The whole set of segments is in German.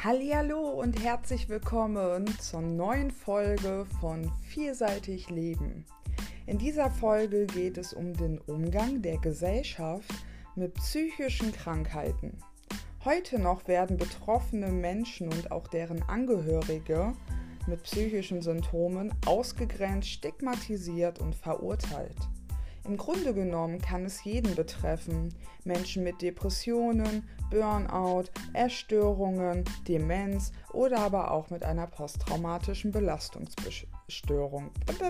Hallihallo und herzlich willkommen zur neuen Folge von Vielseitig Leben. In dieser Folge geht es um den Umgang der Gesellschaft mit psychischen Krankheiten. Heute noch werden betroffene Menschen und auch deren Angehörige mit psychischen Symptomen ausgegrenzt, stigmatisiert und verurteilt. Im Grunde genommen kann es jeden betreffen. Menschen mit Depressionen, Burnout, Essstörungen, Demenz oder aber auch mit einer posttraumatischen Belastungsstörung.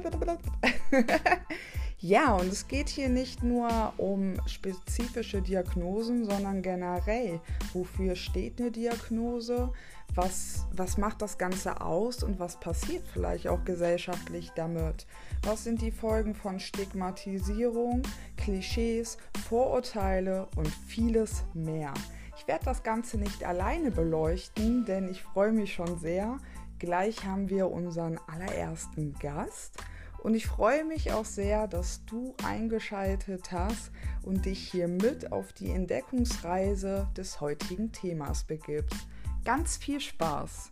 Ja, und es geht hier nicht nur um spezifische Diagnosen, sondern generell, wofür steht eine Diagnose, was macht das Ganze aus und was passiert vielleicht auch gesellschaftlich damit? Was sind die Folgen von Stigmatisierung, Klischees, Vorurteile und vieles mehr? Ich werde das Ganze nicht alleine beleuchten, denn ich freue mich schon sehr. Gleich haben wir unseren allerersten Gast. Und ich freue mich auch sehr, dass du eingeschaltet hast und dich hier mit auf die Entdeckungsreise des heutigen Themas begibst. Ganz viel Spaß!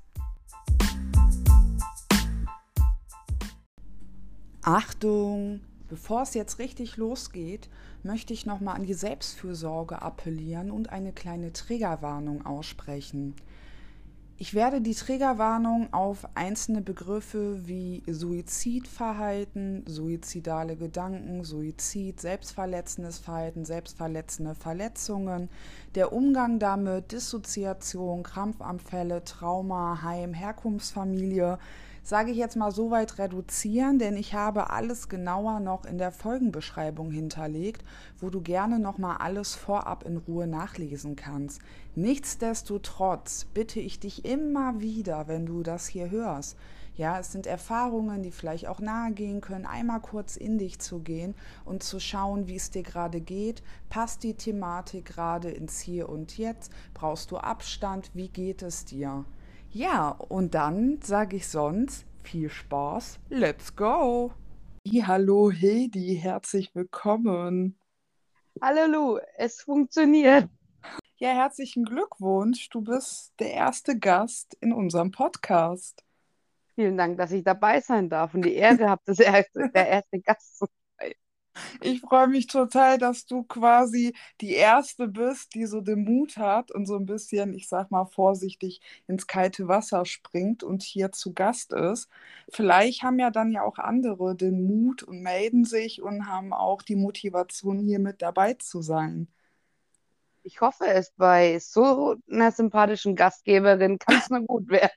Achtung! Bevor es jetzt richtig losgeht, möchte ich nochmal an die Selbstfürsorge appellieren und eine kleine Triggerwarnung aussprechen. Ich werde die Triggerwarnung auf einzelne Begriffe wie Suizidverhalten, suizidale Gedanken, Suizid, selbstverletzendes Verhalten, selbstverletzende Verletzungen, der Umgang damit, Dissoziation, Krampfanfälle, Trauma, Heim, Herkunftsfamilie, sage ich jetzt mal so weit reduzieren, denn ich habe alles genauer noch in der Folgenbeschreibung hinterlegt, wo du gerne nochmal alles vorab in Ruhe nachlesen kannst. Nichtsdestotrotz bitte ich dich immer wieder, wenn du das hier hörst, ja, es sind Erfahrungen, die vielleicht auch nahe gehen können, einmal kurz in dich zu gehen und zu schauen, wie es dir gerade geht. Passt die Thematik gerade ins Hier und Jetzt? Brauchst du Abstand? Wie geht es dir? Ja, und dann sage ich sonst viel Spaß, let's go! Hallo Hedi, herzlich willkommen. Hallo Lu, es funktioniert. Ja, herzlichen Glückwunsch, du bist der erste Gast in unserem Podcast. Vielen Dank, dass ich dabei sein darf und die Ehre habe, der erste Gast zu sein. Ich freue mich total, dass du quasi die Erste bist, die so den Mut hat und so ein bisschen, ich sag mal vorsichtig, ins kalte Wasser springt und hier zu Gast ist. Vielleicht haben ja dann ja auch andere den Mut und melden sich und haben auch die Motivation, hier mit dabei zu sein. Ich hoffe es, bei so einer sympathischen Gastgeberin kann es nur gut werden.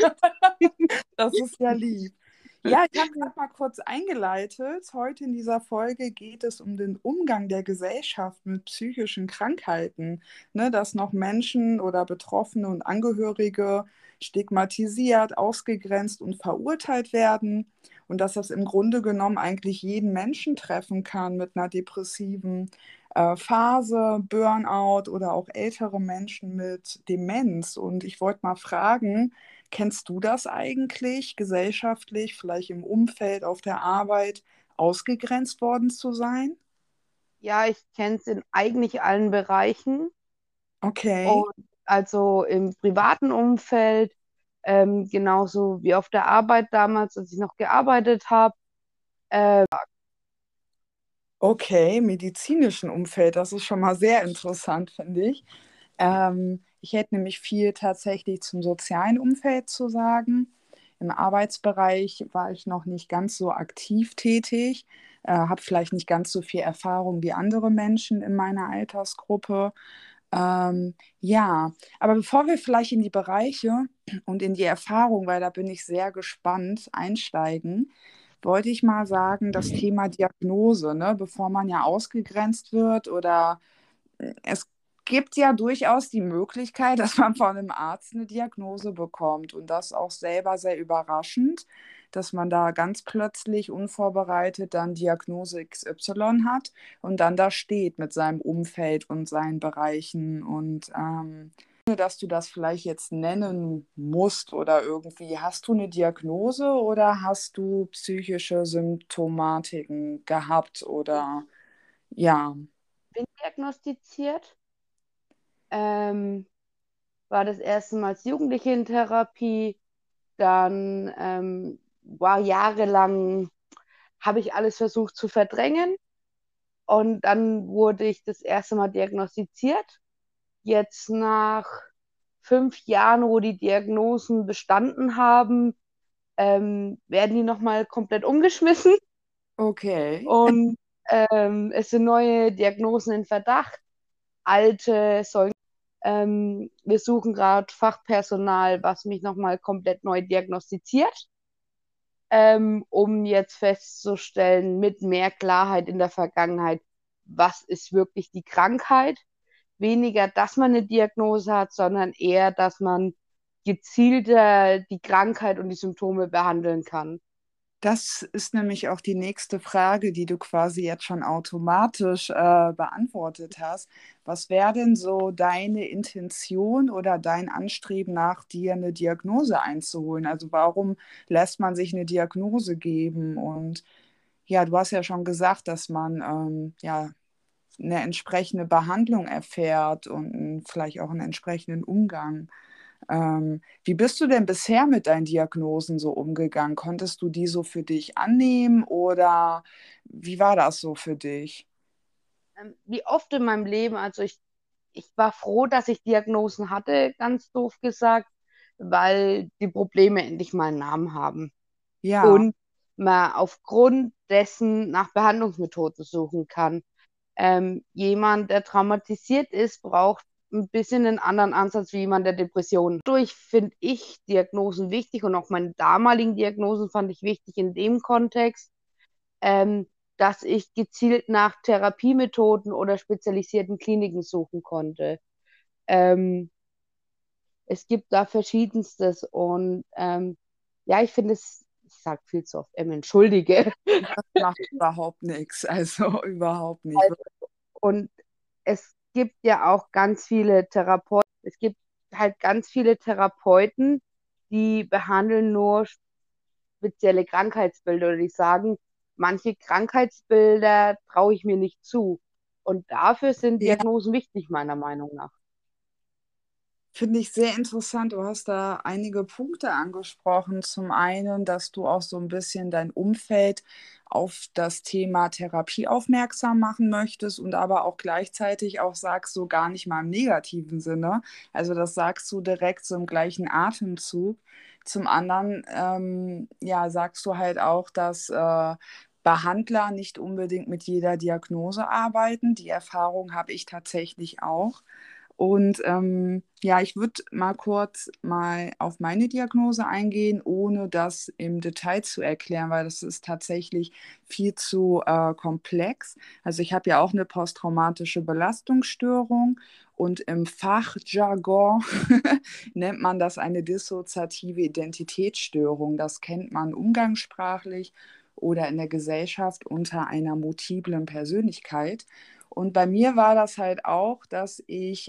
Das ist ja lieb. Ja, ich habe gerade mal kurz eingeleitet. Heute in dieser Folge geht es um den Umgang der Gesellschaft mit psychischen Krankheiten. Ne, dass noch Menschen oder Betroffene und Angehörige stigmatisiert, ausgegrenzt und verurteilt werden. Und dass das im Grunde genommen eigentlich jeden Menschen treffen kann mit einer depressiven Phase, Burnout oder auch ältere Menschen mit Demenz. Und ich wollte mal fragen, kennst du das eigentlich, gesellschaftlich, vielleicht im Umfeld, auf der Arbeit, ausgegrenzt worden zu sein? Ja, ich kenne es in eigentlich allen Bereichen Okay, und also im privaten Umfeld, genauso wie auf der Arbeit damals, als ich noch gearbeitet habe. Äh, okay, medizinischen Umfeld, das ist schon mal sehr interessant, finde ich. Ich hätte nämlich viel tatsächlich zum sozialen Umfeld zu sagen. Im Arbeitsbereich war ich noch nicht ganz so aktiv tätig, habe vielleicht nicht ganz so viel Erfahrung wie andere Menschen in meiner Altersgruppe. Ja, aber bevor wir vielleicht in die Bereiche und in die Erfahrung, weil da bin ich sehr gespannt, einsteigen, wollte ich mal sagen, das Thema Diagnose, ne, bevor man ja ausgegrenzt wird oder es gibt ja durchaus die Möglichkeit, dass man von einem Arzt eine Diagnose bekommt und das auch selber sehr überraschend, dass man da ganz plötzlich unvorbereitet dann Diagnose XY hat und dann da steht mit seinem Umfeld und seinen Bereichen und ohne dass du das vielleicht jetzt nennen musst oder irgendwie, hast du eine Diagnose oder hast du psychische Symptomatiken gehabt oder Ich ja, bin diagnostiziert. Ähm, war das erste Mal als Jugendliche in Therapie. Dann war jahrelang, habe ich alles versucht zu verdrängen. Und dann wurde ich das erste Mal diagnostiziert. Jetzt nach 5 Jahren, wo die Diagnosen bestanden haben, werden die nochmal komplett umgeschmissen. Okay. Und es sind neue Diagnosen in Verdacht. Alte sollen. Wir suchen gerade Fachpersonal, was mich nochmal komplett neu diagnostiziert, um jetzt festzustellen, mit mehr Klarheit in der Vergangenheit, was ist wirklich die Krankheit. Weniger, dass man eine Diagnose hat, sondern eher, dass man gezielter die Krankheit und die Symptome behandeln kann. Das ist nämlich auch die nächste Frage, die du quasi jetzt schon automatisch beantwortet hast. Was wäre denn so deine Intention oder dein Anstreben nach dir eine Diagnose einzuholen? Also warum lässt man sich eine Diagnose geben? Und ja, du hast ja schon gesagt, dass man ja eine entsprechende Behandlung erfährt und vielleicht auch einen entsprechenden Umgang. Wie bist du denn bisher mit deinen Diagnosen so umgegangen? Konntest du die so für dich annehmen oder wie war das so für dich? Wie oft in meinem Leben, also ich war froh, dass ich Diagnosen hatte, ganz doof gesagt, weil die Probleme endlich mal einen Namen haben. Ja, Und man aufgrund dessen nach Behandlungsmethoden suchen kann. Jemand, der traumatisiert ist, braucht ein bisschen einen anderen Ansatz wie jemand, der Depressionen. Dadurch finde ich Diagnosen wichtig und auch meine damaligen Diagnosen fand ich wichtig in dem Kontext, ähm, dass ich gezielt nach Therapiemethoden oder spezialisierten Kliniken suchen konnte. Ähm, Es gibt da verschiedenstes und ja, ich finde es, ich sage viel zu oft, entschuldige. das macht überhaupt nichts. Also überhaupt nicht. Und es gibt ja auch ganz viele Therapeuten, es gibt halt ganz viele Therapeuten, die behandeln nur spezielle Krankheitsbilder oder die sagen, manche Krankheitsbilder traue ich mir nicht zu. Und dafür sind Ja, Diagnosen wichtig, meiner Meinung nach. finde ich sehr interessant. Du hast da einige Punkte angesprochen. Zum einen, dass du auch so ein bisschen dein Umfeld auf das Thema Therapie aufmerksam machen möchtest und aber auch gleichzeitig auch sagst, so gar nicht mal im negativen Sinne. Also das sagst du direkt so im gleichen Atemzug. Zum anderen, ja, sagst du halt auch, dass Behandler nicht unbedingt mit jeder Diagnose arbeiten. Die Erfahrung habe ich tatsächlich auch. Und ja, ich würde mal kurz mal auf meine Diagnose eingehen, ohne das im Detail zu erklären, weil das ist tatsächlich viel zu komplex. Also ich habe ja auch eine posttraumatische Belastungsstörung und im Fachjargon nennt man das eine dissoziative Identitätsstörung. Das kennt man umgangssprachlich oder in der Gesellschaft unter einer multiplen Persönlichkeit. Und bei mir war das halt auch, dass ich,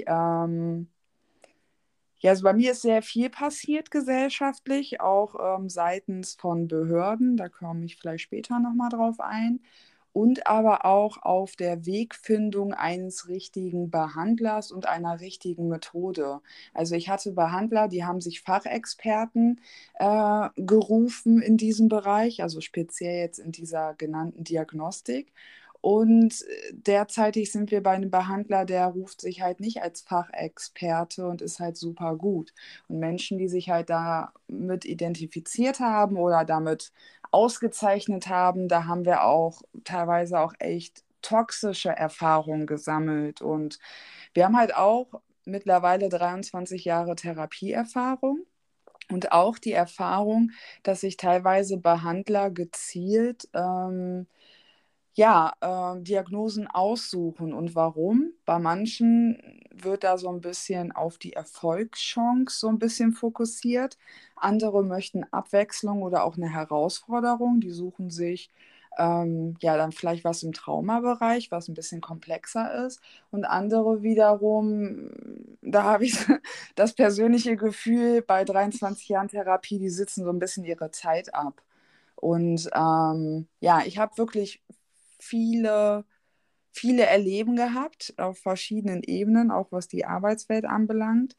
ja, also bei mir ist sehr viel passiert gesellschaftlich, auch seitens von Behörden, da komme ich vielleicht später nochmal drauf ein, und aber auch auf der Wegfindung eines richtigen Behandlers und einer richtigen Methode. Also ich hatte Behandler, die haben sich Fachexperten gerufen in diesem Bereich, also speziell jetzt in dieser genannten Diagnostik. Und derzeitig sind wir bei einem Behandler, der ruft sich halt nicht als Fachexperte und ist halt super gut. Und Menschen, die sich halt damit identifiziert haben oder damit ausgezeichnet haben, da haben wir auch teilweise auch echt toxische Erfahrungen gesammelt. Und wir haben halt auch mittlerweile 23 Jahre Therapieerfahrung. Und auch die Erfahrung, dass sich teilweise Behandler gezielt ja, Diagnosen aussuchen. Und warum? Bei manchen wird da so ein bisschen auf die Erfolgschance so ein bisschen fokussiert. Andere möchten Abwechslung oder auch eine Herausforderung. Die suchen sich ja dann vielleicht was im Traumabereich, was ein bisschen komplexer ist. Und andere wiederum, da habe ich das persönliche Gefühl, bei 23 Jahren Therapie, die sitzen so ein bisschen ihre Zeit ab. Und ja, ich habe wirklich viele, viele Erleben gehabt auf verschiedenen Ebenen, auch was die Arbeitswelt anbelangt.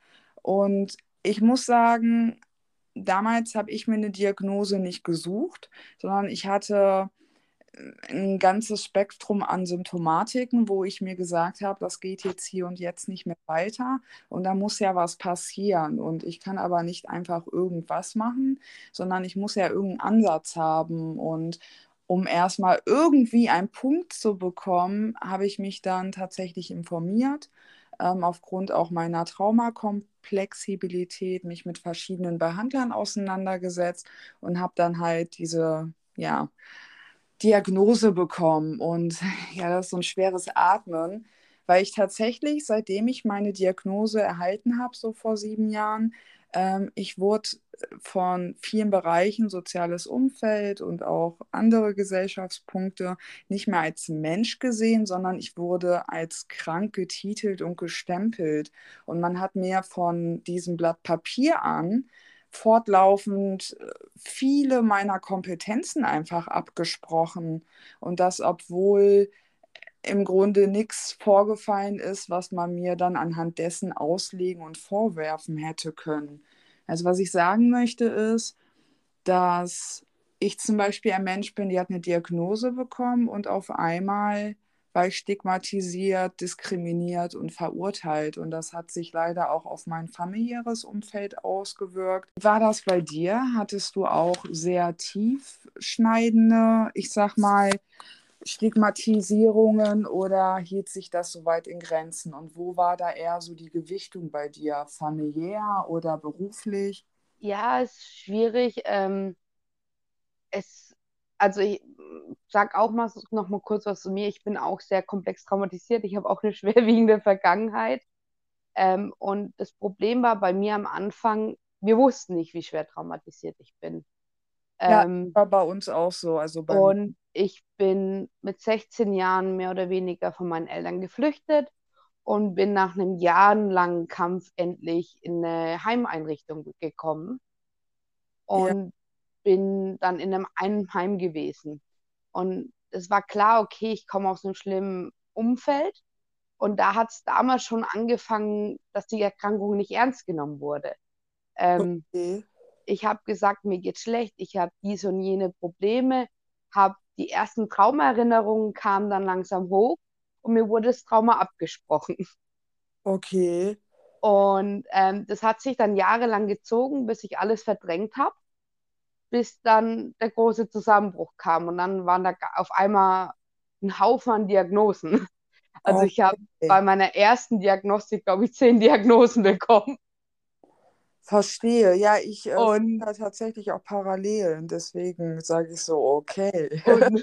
Und ich muss sagen, damals habe ich mir eine Diagnose nicht gesucht, sondern ich hatte ein ganzes Spektrum an Symptomatiken, wo ich mir gesagt habe, das geht jetzt hier und jetzt nicht mehr weiter und da muss ja was passieren. Und ich kann aber nicht einfach irgendwas machen, sondern ich muss ja irgendeinen Ansatz haben. Und um erstmal irgendwie einen Punkt zu bekommen, habe ich mich dann tatsächlich informiert, aufgrund auch meiner Traumakomplexibilität, mich mit verschiedenen Behandlern auseinandergesetzt und habe dann halt diese, ja, Diagnose bekommen. Und ja, das ist so ein schweres Atmen, weil ich tatsächlich, seitdem ich meine Diagnose erhalten habe, so vor 7 Jahren, ich wurde von vielen Bereichen, soziales Umfeld und auch andere Gesellschaftspunkte, nicht mehr als Mensch gesehen, sondern ich wurde als krank getitelt und gestempelt. Und man hat mir von diesem Blatt Papier an fortlaufend viele meiner Kompetenzen einfach abgesprochen. Und das, obwohl im Grunde nichts vorgefallen ist, was man mir dann anhand dessen auslegen und vorwerfen hätte können. Also was ich sagen möchte ist, dass ich zum Beispiel ein Mensch bin, die hat eine Diagnose bekommen und auf einmal war ich stigmatisiert, diskriminiert und verurteilt. Und das hat sich leider auch auf mein familiäres Umfeld ausgewirkt. Wie war das bei dir? Hattest du auch sehr tiefschneidende, ich sag mal, Stigmatisierungen oder hielt sich das soweit in Grenzen? Und wo war da eher so die Gewichtung bei dir? Familiär oder beruflich? Ja, ist schwierig. Es, also ich sag auch mal noch mal kurz was zu mir. Ich bin auch sehr komplex traumatisiert. Ich habe auch eine schwerwiegende Vergangenheit. Und das Problem war bei mir am Anfang, wir wussten nicht, wie schwer traumatisiert ich bin. Ja, Ähm, war bei uns auch so, also bei mir. und ich bin mit 16 Jahren mehr oder weniger von meinen Eltern geflüchtet und bin nach einem jahrelangen Kampf endlich in eine Heimeinrichtung gekommen Ja, und bin dann in einem Heim gewesen. Und es war klar, okay, ich komme aus einem schlimmen Umfeld. Und da hat es damals schon angefangen, dass die Erkrankung nicht ernst genommen wurde. Ähm, okay. Ich habe gesagt, mir geht's schlecht, ich habe diese und jene Probleme, habe die ersten Traumaerinnerungen kamen dann langsam hoch und mir wurde das Trauma abgesprochen. Okay. Und das hat sich dann jahrelang gezogen, bis ich alles verdrängt habe, bis dann der große Zusammenbruch kam. Und dann waren da auf einmal ein Haufen an Diagnosen. Also ich habe Okay. bei meiner ersten Diagnostik, glaube ich, 10 Diagnosen bekommen. Verstehe. Ja, ich sehe Und, da tatsächlich auch Parallelen. Deswegen sage ich so, okay. und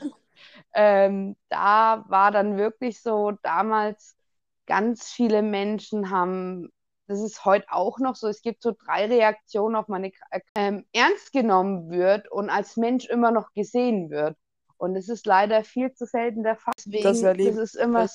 da war dann wirklich so, damals ganz viele Menschen haben, das ist heute auch noch so, es gibt so 3 Reaktionen auf meine ernst genommen wird und als Mensch immer noch gesehen wird. Und es ist leider viel zu selten der Fall. Das Deswegen, das erlebe ist ich.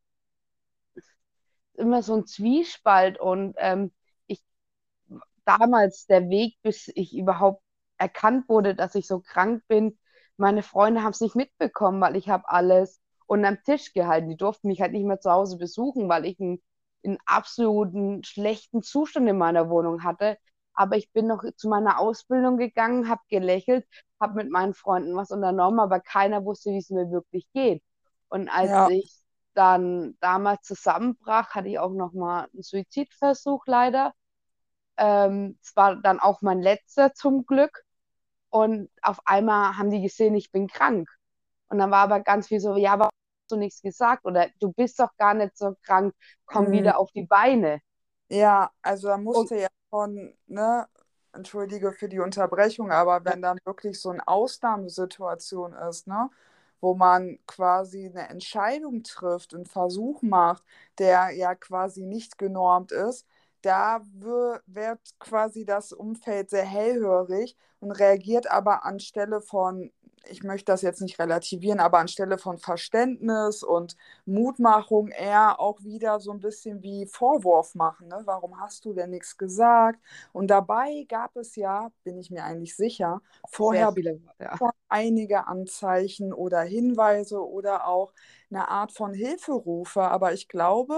immer so ein Zwiespalt. Und ich damals der Weg, bis ich überhaupt erkannt wurde, dass ich so krank bin, meine Freunde haben es nicht mitbekommen, weil ich habe alles unterm Tisch gehalten. Die durften mich halt nicht mehr zu Hause besuchen, weil ich einen absoluten schlechten Zustand in meiner Wohnung hatte. Aber ich bin noch zu meiner Ausbildung gegangen, habe gelächelt, habe mit meinen Freunden was unternommen, aber keiner wusste, wie es mir wirklich geht. Und als Ja, ich dann damals zusammenbrach, hatte ich auch noch mal einen Suizidversuch leider. Es war dann auch mein letzter zum Glück. Und auf einmal haben die gesehen, ich bin krank. Und dann war aber ganz viel so, ja, warum hast du nichts gesagt? Oder du bist doch gar nicht so krank, komm mm, wieder auf die Beine. ja, also da Und musste ja schon, ne, entschuldige für die Unterbrechung, aber wenn dann wirklich so eine Ausnahmesituation ist, ne, wo man quasi eine Entscheidung trifft, einen Versuch macht, der ja quasi nicht genormt ist, da wird quasi das Umfeld sehr hellhörig und reagiert aber anstelle von, ich möchte das jetzt nicht relativieren, aber anstelle von Verständnis und Mutmachung eher auch wieder so ein bisschen wie Vorwurf machen. Ne? Warum hast du denn nichts gesagt? Und dabei gab es ja, bin ich mir eigentlich sicher, sehr vorher viele, ja. schon einige Anzeichen oder Hinweise oder auch eine Art von Hilferufe. Aber ich glaube,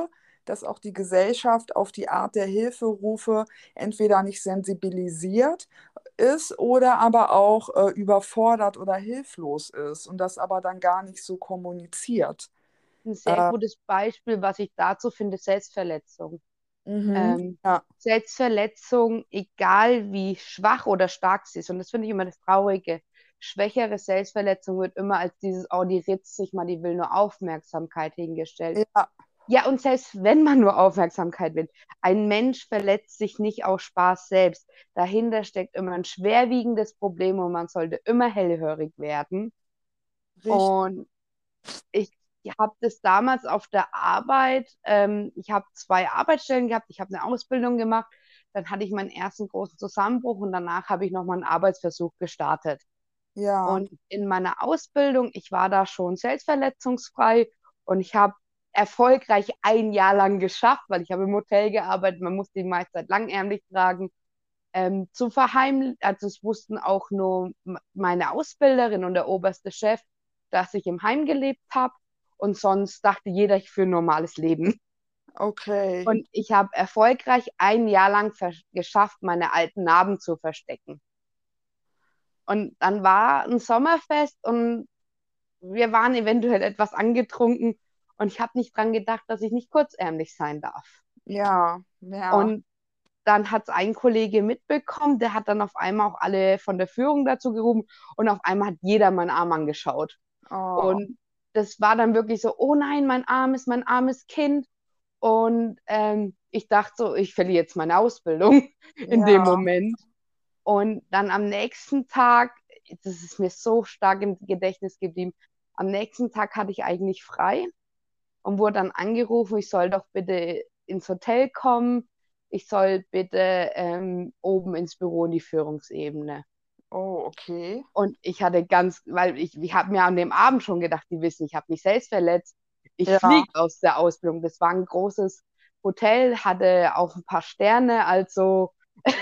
dass auch die Gesellschaft auf die Art der Hilferufe entweder nicht sensibilisiert ist oder aber auch überfordert oder hilflos ist und das aber dann gar nicht so kommuniziert. Ein sehr Äh, gutes Beispiel, was ich dazu finde, Selbstverletzung. Ähm, ja, Selbstverletzung, egal wie schwach oder stark sie ist, und das finde ich immer das Traurige, schwächere Selbstverletzung wird immer als dieses, oh, die ritzt sich mal, die will nur Aufmerksamkeit hingestellt. ja, Ja, und selbst wenn man nur Aufmerksamkeit will, ein Mensch verletzt sich nicht aus Spaß selbst. Dahinter steckt immer ein schwerwiegendes Problem und man sollte immer hellhörig werden. richtig, Und ich habe das damals auf der Arbeit, ich habe 2 Arbeitsstellen gehabt, ich habe eine Ausbildung gemacht, dann hatte ich meinen ersten großen Zusammenbruch und danach habe ich nochmal einen Arbeitsversuch gestartet. ja, Und in meiner Ausbildung, ich war da schon selbstverletzungsfrei und ich habe erfolgreich ein Jahr lang geschafft, weil ich habe im Hotel gearbeitet, man musste die meiste Zeit langärmlich tragen, zu verheimlichen, also es wussten auch nur meine Ausbilderin und der oberste Chef, dass ich im Heim gelebt habe und sonst dachte jeder, ich führe ein normales Leben. okay. Und ich habe erfolgreich ein Jahr lang geschafft, meine alten Narben zu verstecken. Und dann war ein Sommerfest und wir waren eventuell etwas angetrunken und ich habe nicht dran gedacht, dass ich nicht kurzärmlich sein darf. Ja, ja, Und dann hat es ein Kollege mitbekommen, der hat dann auf einmal auch alle von der Führung dazu gerufen und auf einmal hat jeder meinen Arm angeschaut. oh, Und das war dann wirklich so, oh nein, mein armes Kind. Und ich dachte so, ich verliere jetzt meine Ausbildung in dem ja, Moment. Und dann am nächsten Tag, das ist mir so stark im Gedächtnis geblieben, am nächsten Tag hatte ich eigentlich frei und wurde dann angerufen, ich soll doch bitte ins Hotel kommen, ich soll bitte oben ins Büro in die Führungsebene. oh, okay. Und ich hatte weil ich habe mir an dem Abend schon gedacht, die wissen, ich habe mich selbst verletzt. Ich Ja, fliege aus der Ausbildung. Das war ein großes Hotel, hatte auch ein paar Sterne, also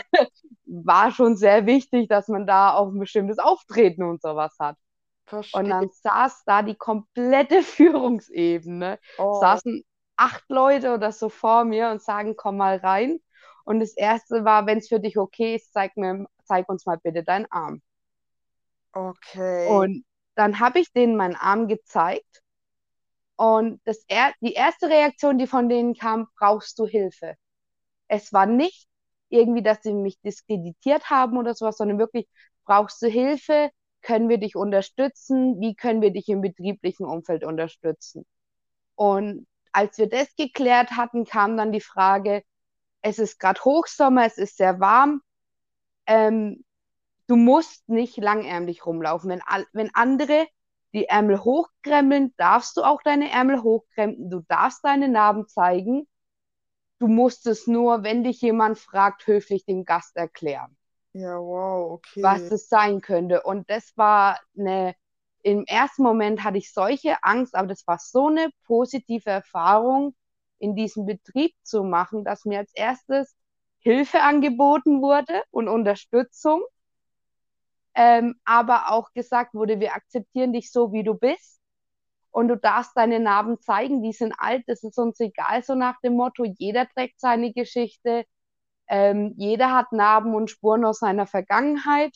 war schon sehr wichtig, dass man da auch ein bestimmtes Auftreten und sowas hat. Und verstehe. dann saß da die komplette Führungsebene, Oh, saßen 8 Leute oder so vor mir und sagen, komm mal rein. Und das erste war, wenn es für dich okay ist, zeig uns mal bitte deinen Arm. okay. Und dann habe ich denen meinen Arm gezeigt. Und die erste Reaktion, die von denen kam, brauchst du Hilfe? Es war nicht irgendwie, dass sie mich diskreditiert haben oder sowas, sondern wirklich, brauchst du Hilfe? Können wir dich unterstützen? Wie können wir dich im betrieblichen Umfeld unterstützen? Und als wir das geklärt hatten, kam dann die Frage, es ist gerade Hochsommer, es ist sehr warm. Ähm, Du musst nicht langärmlich rumlaufen. Wenn andere die Ärmel hochkrempeln, darfst du auch deine Ärmel hochkrempeln. Du darfst deine Narben zeigen. Du musst es nur, wenn dich jemand fragt, höflich dem Gast erklären, Ja, wow, was okay. es sein könnte. Und das war im ersten Moment hatte ich solche Angst, aber das war so eine positive Erfahrung, in diesem Betrieb zu machen, dass mir als erstes Hilfe angeboten wurde und Unterstützung, aber auch gesagt wurde, wir akzeptieren dich so, wie du bist und du darfst deine Narben zeigen, die sind alt, das ist uns egal, so nach dem Motto, jeder trägt seine Geschichte, jeder hat Narben und Spuren aus seiner Vergangenheit,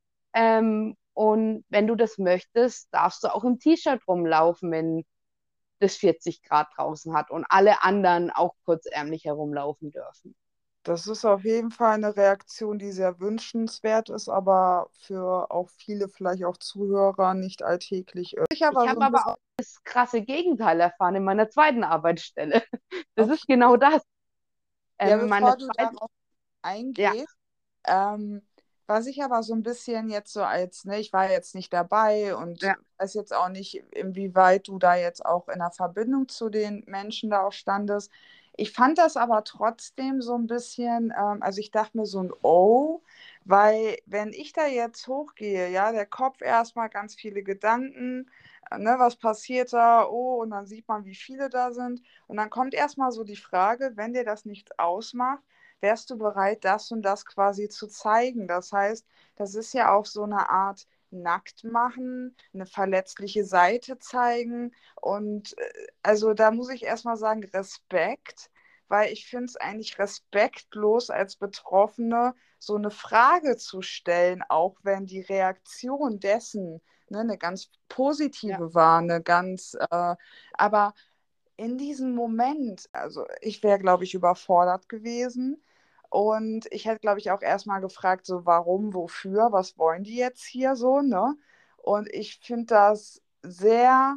und wenn du das möchtest, darfst du auch im T-Shirt rumlaufen, wenn das 40 Grad draußen hat und alle anderen auch kurzärmlich herumlaufen dürfen. Das ist auf jeden Fall eine Reaktion, die sehr wünschenswert ist, aber für auch viele, vielleicht auch Zuhörer, nicht alltäglich ist. Ich Ich aber so habe ein aber bisschen, auch das krasse Gegenteil erfahren in meiner zweiten Arbeitsstelle. Das ist okay. genau das. Ja, In bevor meiner du zweiten, darauf ja, eingehst, was ich aber so ein bisschen jetzt so als, ne, ich war jetzt nicht dabei und ja, weiß jetzt auch nicht, inwieweit du da jetzt auch in der Verbindung zu den Menschen da auch standest. Ich fand das aber trotzdem so ein bisschen, also ich dachte mir so ein Oh, weil wenn ich da jetzt hochgehe, ja, der Kopf erstmal ganz viele Gedanken, ne, was passiert da? Oh, und dann sieht man, wie viele da sind. Und dann kommt erstmal so die Frage, wenn dir das nichts ausmacht, wärst du bereit, das und das quasi zu zeigen? Das heißt, das ist ja auch so eine Art nackt machen, eine verletzliche Seite zeigen. Und also da muss ich erstmal sagen, Respekt. weil ich finde es eigentlich respektlos als Betroffene so eine Frage zu stellen, auch wenn die Reaktion dessen eine ganz Ja. positive war, aber in diesem Moment, also ich wäre, glaube ich, überfordert gewesen. Und ich hätte, glaube ich, auch erstmal gefragt, so warum, wofür, was wollen die jetzt hier so, ne? Und ich finde das sehr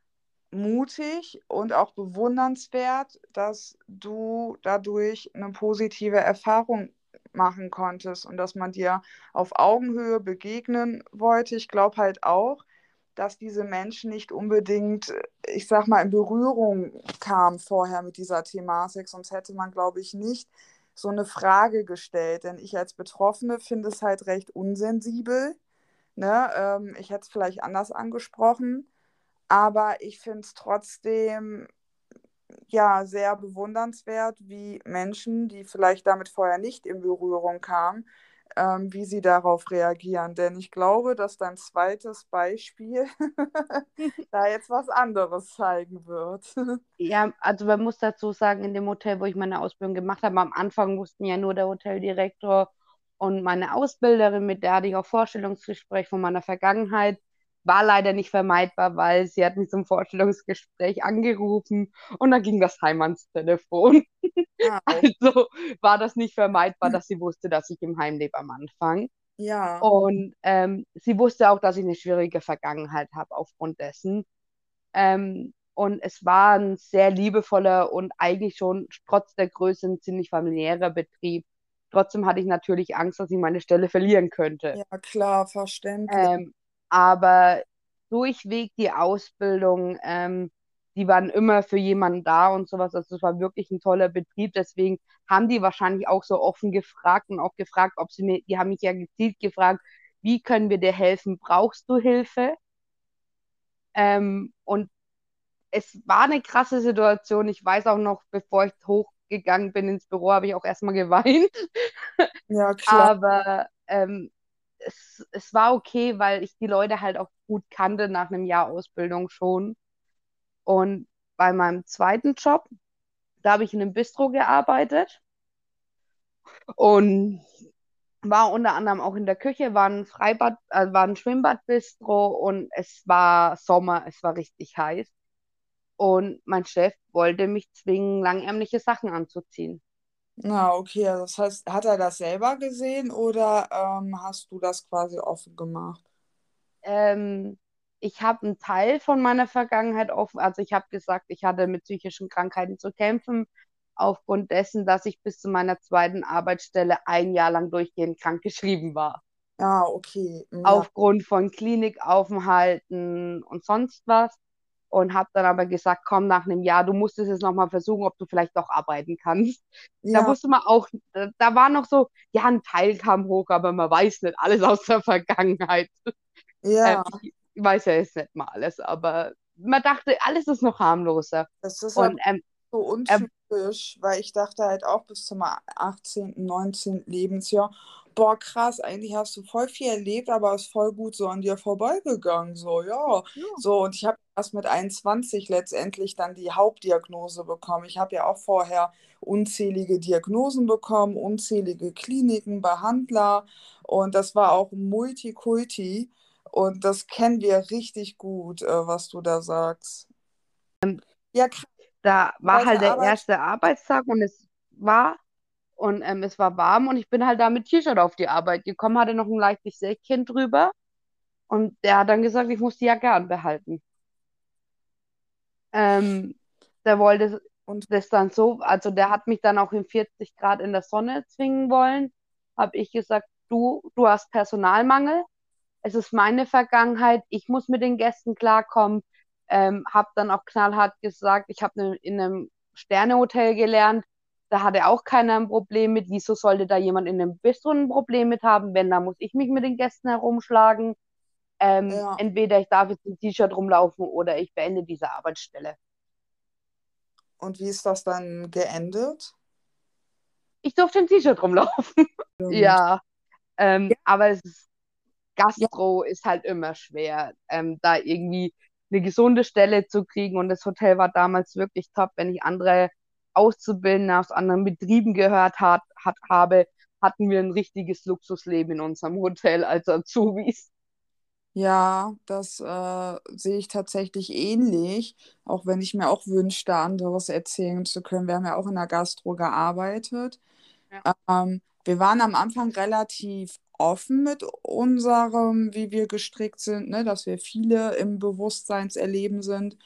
mutig und auch bewundernswert, dass du dadurch eine positive Erfahrung machen konntest und dass man dir auf Augenhöhe begegnen wollte. Ich glaube halt auch, dass diese Menschen nicht unbedingt, ich sag mal, in Berührung kamen vorher mit dieser Thematik, sonst hätte man, glaube ich, nicht so eine Frage gestellt. Denn ich als Betroffene finde es halt recht unsensibel. Ne? Ich hätte es vielleicht anders angesprochen. Aber ich finde es trotzdem ja sehr bewundernswert, wie Menschen, die vielleicht damit vorher nicht in Berührung kamen, wie sie darauf reagieren. Denn ich glaube, dass dein zweites Beispiel da jetzt was anderes zeigen wird. Ja, also man muss dazu sagen, in dem Hotel, wo ich meine Ausbildung gemacht habe, am Anfang wussten ja nur der Hoteldirektor und meine Ausbilderin, mit der hatte ich auch Vorstellungsgespräch von meiner Vergangenheit. War leider nicht vermeidbar, weil sie hat mich zum Vorstellungsgespräch angerufen und dann ging das Heim ans Telefon. Ah, okay. Also war das nicht vermeidbar, dass sie wusste, dass ich im Heim lebe am Anfang. Ja, Und sie wusste auch, dass ich eine schwierige Vergangenheit habe aufgrund dessen. Und es war ein sehr liebevoller und eigentlich schon trotz der Größe ein ziemlich familiärer Betrieb. Trotzdem hatte ich natürlich Angst, dass ich meine Stelle verlieren könnte. ja, klar, verständlich. Ähm, aber durchweg die Ausbildung, die waren immer für jemanden da und sowas. Also es war wirklich ein toller Betrieb. Deswegen haben die wahrscheinlich auch so offen gefragt und auch gefragt, ob sie mir, die haben mich ja gezielt gefragt, wie können wir dir helfen? Brauchst du Hilfe? Und es war eine krasse Situation. Ich weiß auch noch, bevor ich hochgegangen bin ins Büro, habe ich auch erstmal geweint. Ja, klar. Aber es war okay, weil ich die Leute halt auch gut kannte nach einem Jahr Ausbildung schon. Und bei meinem zweiten Job, da habe ich in einem Bistro gearbeitet und war unter anderem auch in der Küche, war ein Freibad, war ein Schwimmbadbistro und es war Sommer, es war richtig heiß. Und mein Chef wollte mich zwingen, langärmliche Sachen anzuziehen. Na, okay, also das heißt, hat er das selber gesehen oder hast du das quasi offen gemacht? Ähm, Ich habe einen Teil von meiner Vergangenheit offen, also ich habe gesagt, ich hatte mit psychischen Krankheiten zu kämpfen, aufgrund dessen, dass ich bis zu meiner zweiten Arbeitsstelle ein Jahr lang durchgehend krankgeschrieben war. Ja, okay. Ja, Aufgrund von Klinikaufenthalten und sonst was. Und habe dann aber gesagt, komm, nach einem Jahr, du musst es jetzt nochmal versuchen, ob du vielleicht doch arbeiten kannst. Da ja, wusste man auch, da war noch so, ja, ein Teil kam hoch, aber man weiß nicht alles aus der Vergangenheit. ja. Ich weiß ja jetzt nicht mal alles, aber man dachte, alles ist noch harmloser. Das ist aber Und so er, untypisch, weil ich dachte halt auch bis zum 18., 19. Lebensjahr, boah, krass, eigentlich hast du voll viel erlebt, aber ist voll gut so an dir vorbeigegangen, so, ja. ja, So, und ich habe erst mit 21 letztendlich dann die Hauptdiagnose bekommen. Ich habe ja auch vorher unzählige Diagnosen bekommen, unzählige Kliniken, Behandler und das war auch Multikulti und das kennen wir richtig gut, was du da sagst. Ja, krass. da war Zweite halt der Arbeit. erste Arbeitstag und es war warm und ich bin halt da mit T-Shirt auf die Arbeit gekommen, hatte noch ein leichtes Säckchen drüber und der hat dann gesagt, ich muss die Jacke anbehalten. Ähm, Der wollte Und das dann so, also der hat mich dann auch in 40 Grad in der Sonne zwingen wollen. Habe ich gesagt, du hast Personalmangel, es ist meine Vergangenheit, ich muss mit den Gästen klarkommen. Habe dann auch knallhart gesagt, ich habe in einem Sternehotel gelernt, da hatte auch keiner ein Problem mit. Wieso sollte da jemand in einem Bistro ein Problem mit haben, wenn da muss ich mich mit den Gästen herumschlagen? ja, Entweder ich darf jetzt im T-Shirt rumlaufen oder ich beende diese Arbeitsstelle. und wie ist das dann geendet? Ich durfte im T-Shirt rumlaufen. Stimmt. Ja, Ja, aber es ist, ja, Gastro ist halt immer schwer, da irgendwie eine gesunde Stelle zu kriegen. Und das Hotel war damals wirklich top. Wenn ich andere Auszubildende aus anderen Betrieben habe, hatten wir ein richtiges Luxusleben in unserem Hotel als Azubis. Ja, das sehe ich tatsächlich ähnlich, auch wenn ich mir auch wünschte, anderes erzählen zu können. Wir haben ja auch in der Gastro gearbeitet. Ja, Wir waren am Anfang relativ offen mit unserem, wie wir gestrickt sind, ne, dass wir viele im Bewusstseinserleben sind.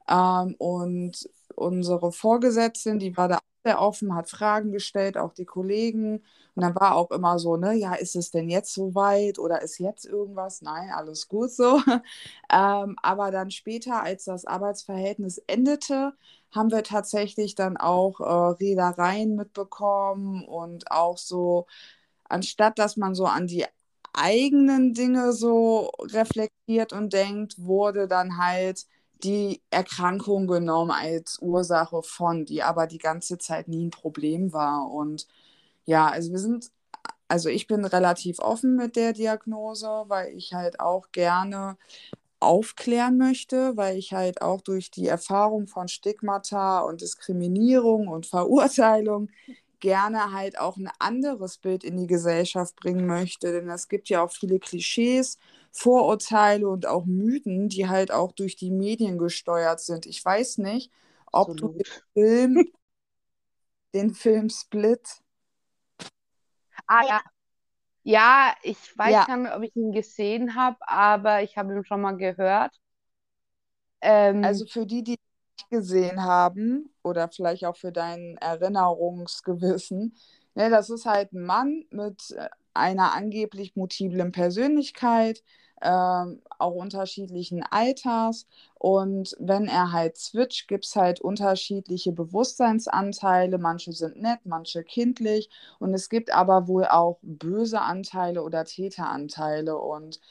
Und unsere Vorgesetzte, die war da auch sehr offen, hat Fragen gestellt, auch die Kollegen. Und dann war auch immer so, ne, ja, ist es denn jetzt soweit oder ist jetzt irgendwas? Nein, alles gut so. Aber dann später, als das Arbeitsverhältnis endete, haben wir tatsächlich dann auch Reedereien mitbekommen und auch so, anstatt dass man so an die eigenen Dinge so reflektiert und denkt, wurde dann halt die Erkrankung genommen als Ursache von, die aber die ganze Zeit nie ein Problem war. Und ja, also ich bin relativ offen mit der Diagnose, weil ich halt auch gerne aufklären möchte, weil ich halt auch durch die Erfahrung von Stigmata und Diskriminierung und Verurteilung gerne halt auch ein anderes Bild in die Gesellschaft bringen möchte. Denn es gibt ja auch viele Klischees, Vorurteile und auch Mythen, die halt auch durch die Medien gesteuert sind. Ich weiß nicht, ob du absolut. Film, den Film Split, Ah ja. Ja, ich weiß ja, gar nicht, ob ich ihn gesehen habe, aber ich habe ihn schon mal gehört. Ähm, also für die, die nicht gesehen haben oder vielleicht auch für dein Erinnerungsgewissen, ne, das ist halt ein Mann mit einer angeblich multiplen Persönlichkeit, auch unterschiedlichen Alters. Und wenn er halt switcht, gibt es halt unterschiedliche Bewusstseinsanteile. Manche sind nett, manche kindlich. Und es gibt aber wohl auch böse Anteile oder Täteranteile. Und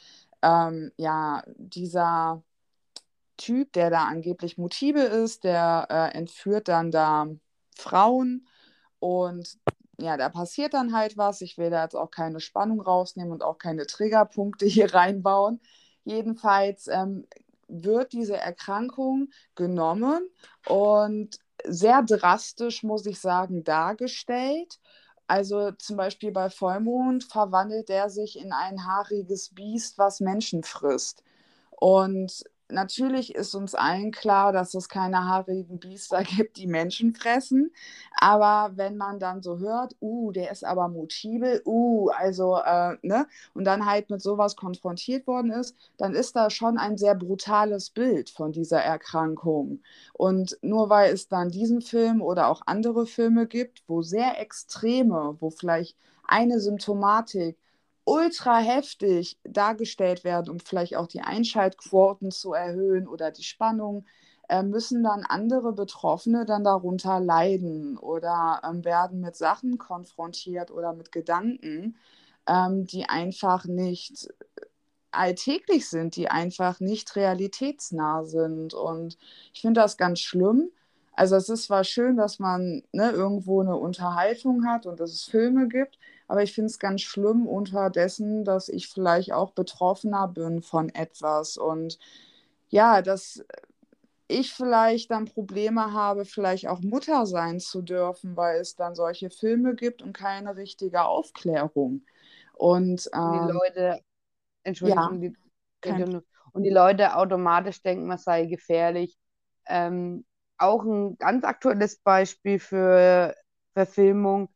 ja, dieser Typ, der da angeblich Motive ist, der entführt dann da Frauen und ja, da passiert dann halt was. Ich will da jetzt auch keine Spannung rausnehmen und auch keine Triggerpunkte hier reinbauen. Jedenfalls wird diese Erkrankung genommen und sehr drastisch, muss ich sagen, dargestellt. Also zum Beispiel bei Vollmond verwandelt er sich in ein haariges Biest, was Menschen frisst. Und natürlich ist uns allen klar, dass es keine haarigen Biester gibt, die Menschen fressen. Aber wenn man dann so hört, der ist aber multiple, also, ne, und dann halt mit sowas konfrontiert worden ist, dann ist da schon ein sehr brutales Bild von dieser Erkrankung. Und nur weil es dann diesen Film oder auch andere Filme gibt, wo sehr extreme, wo vielleicht eine Symptomatik ultra heftig dargestellt werden, um vielleicht auch die Einschaltquoten zu erhöhen oder die Spannung, müssen dann andere Betroffene dann darunter leiden oder werden mit Sachen konfrontiert oder mit Gedanken, die einfach nicht alltäglich sind, die einfach nicht realitätsnah sind. Und ich finde das ganz schlimm. Also es ist zwar schön, dass man ne, irgendwo eine Unterhaltung hat und dass es Filme gibt, aber ich finde es ganz schlimm unterdessen, dass ich vielleicht auch Betroffener bin von etwas und ja, dass ich vielleicht dann Probleme habe, vielleicht auch Mutter sein zu dürfen, weil es dann solche Filme gibt und keine richtige Aufklärung. Und und die Leute, ja, Entschuldigung, kein Problem. und die Leute automatisch denken, man sei gefährlich. Ähm, Auch ein ganz aktuelles Beispiel für Verfilmung.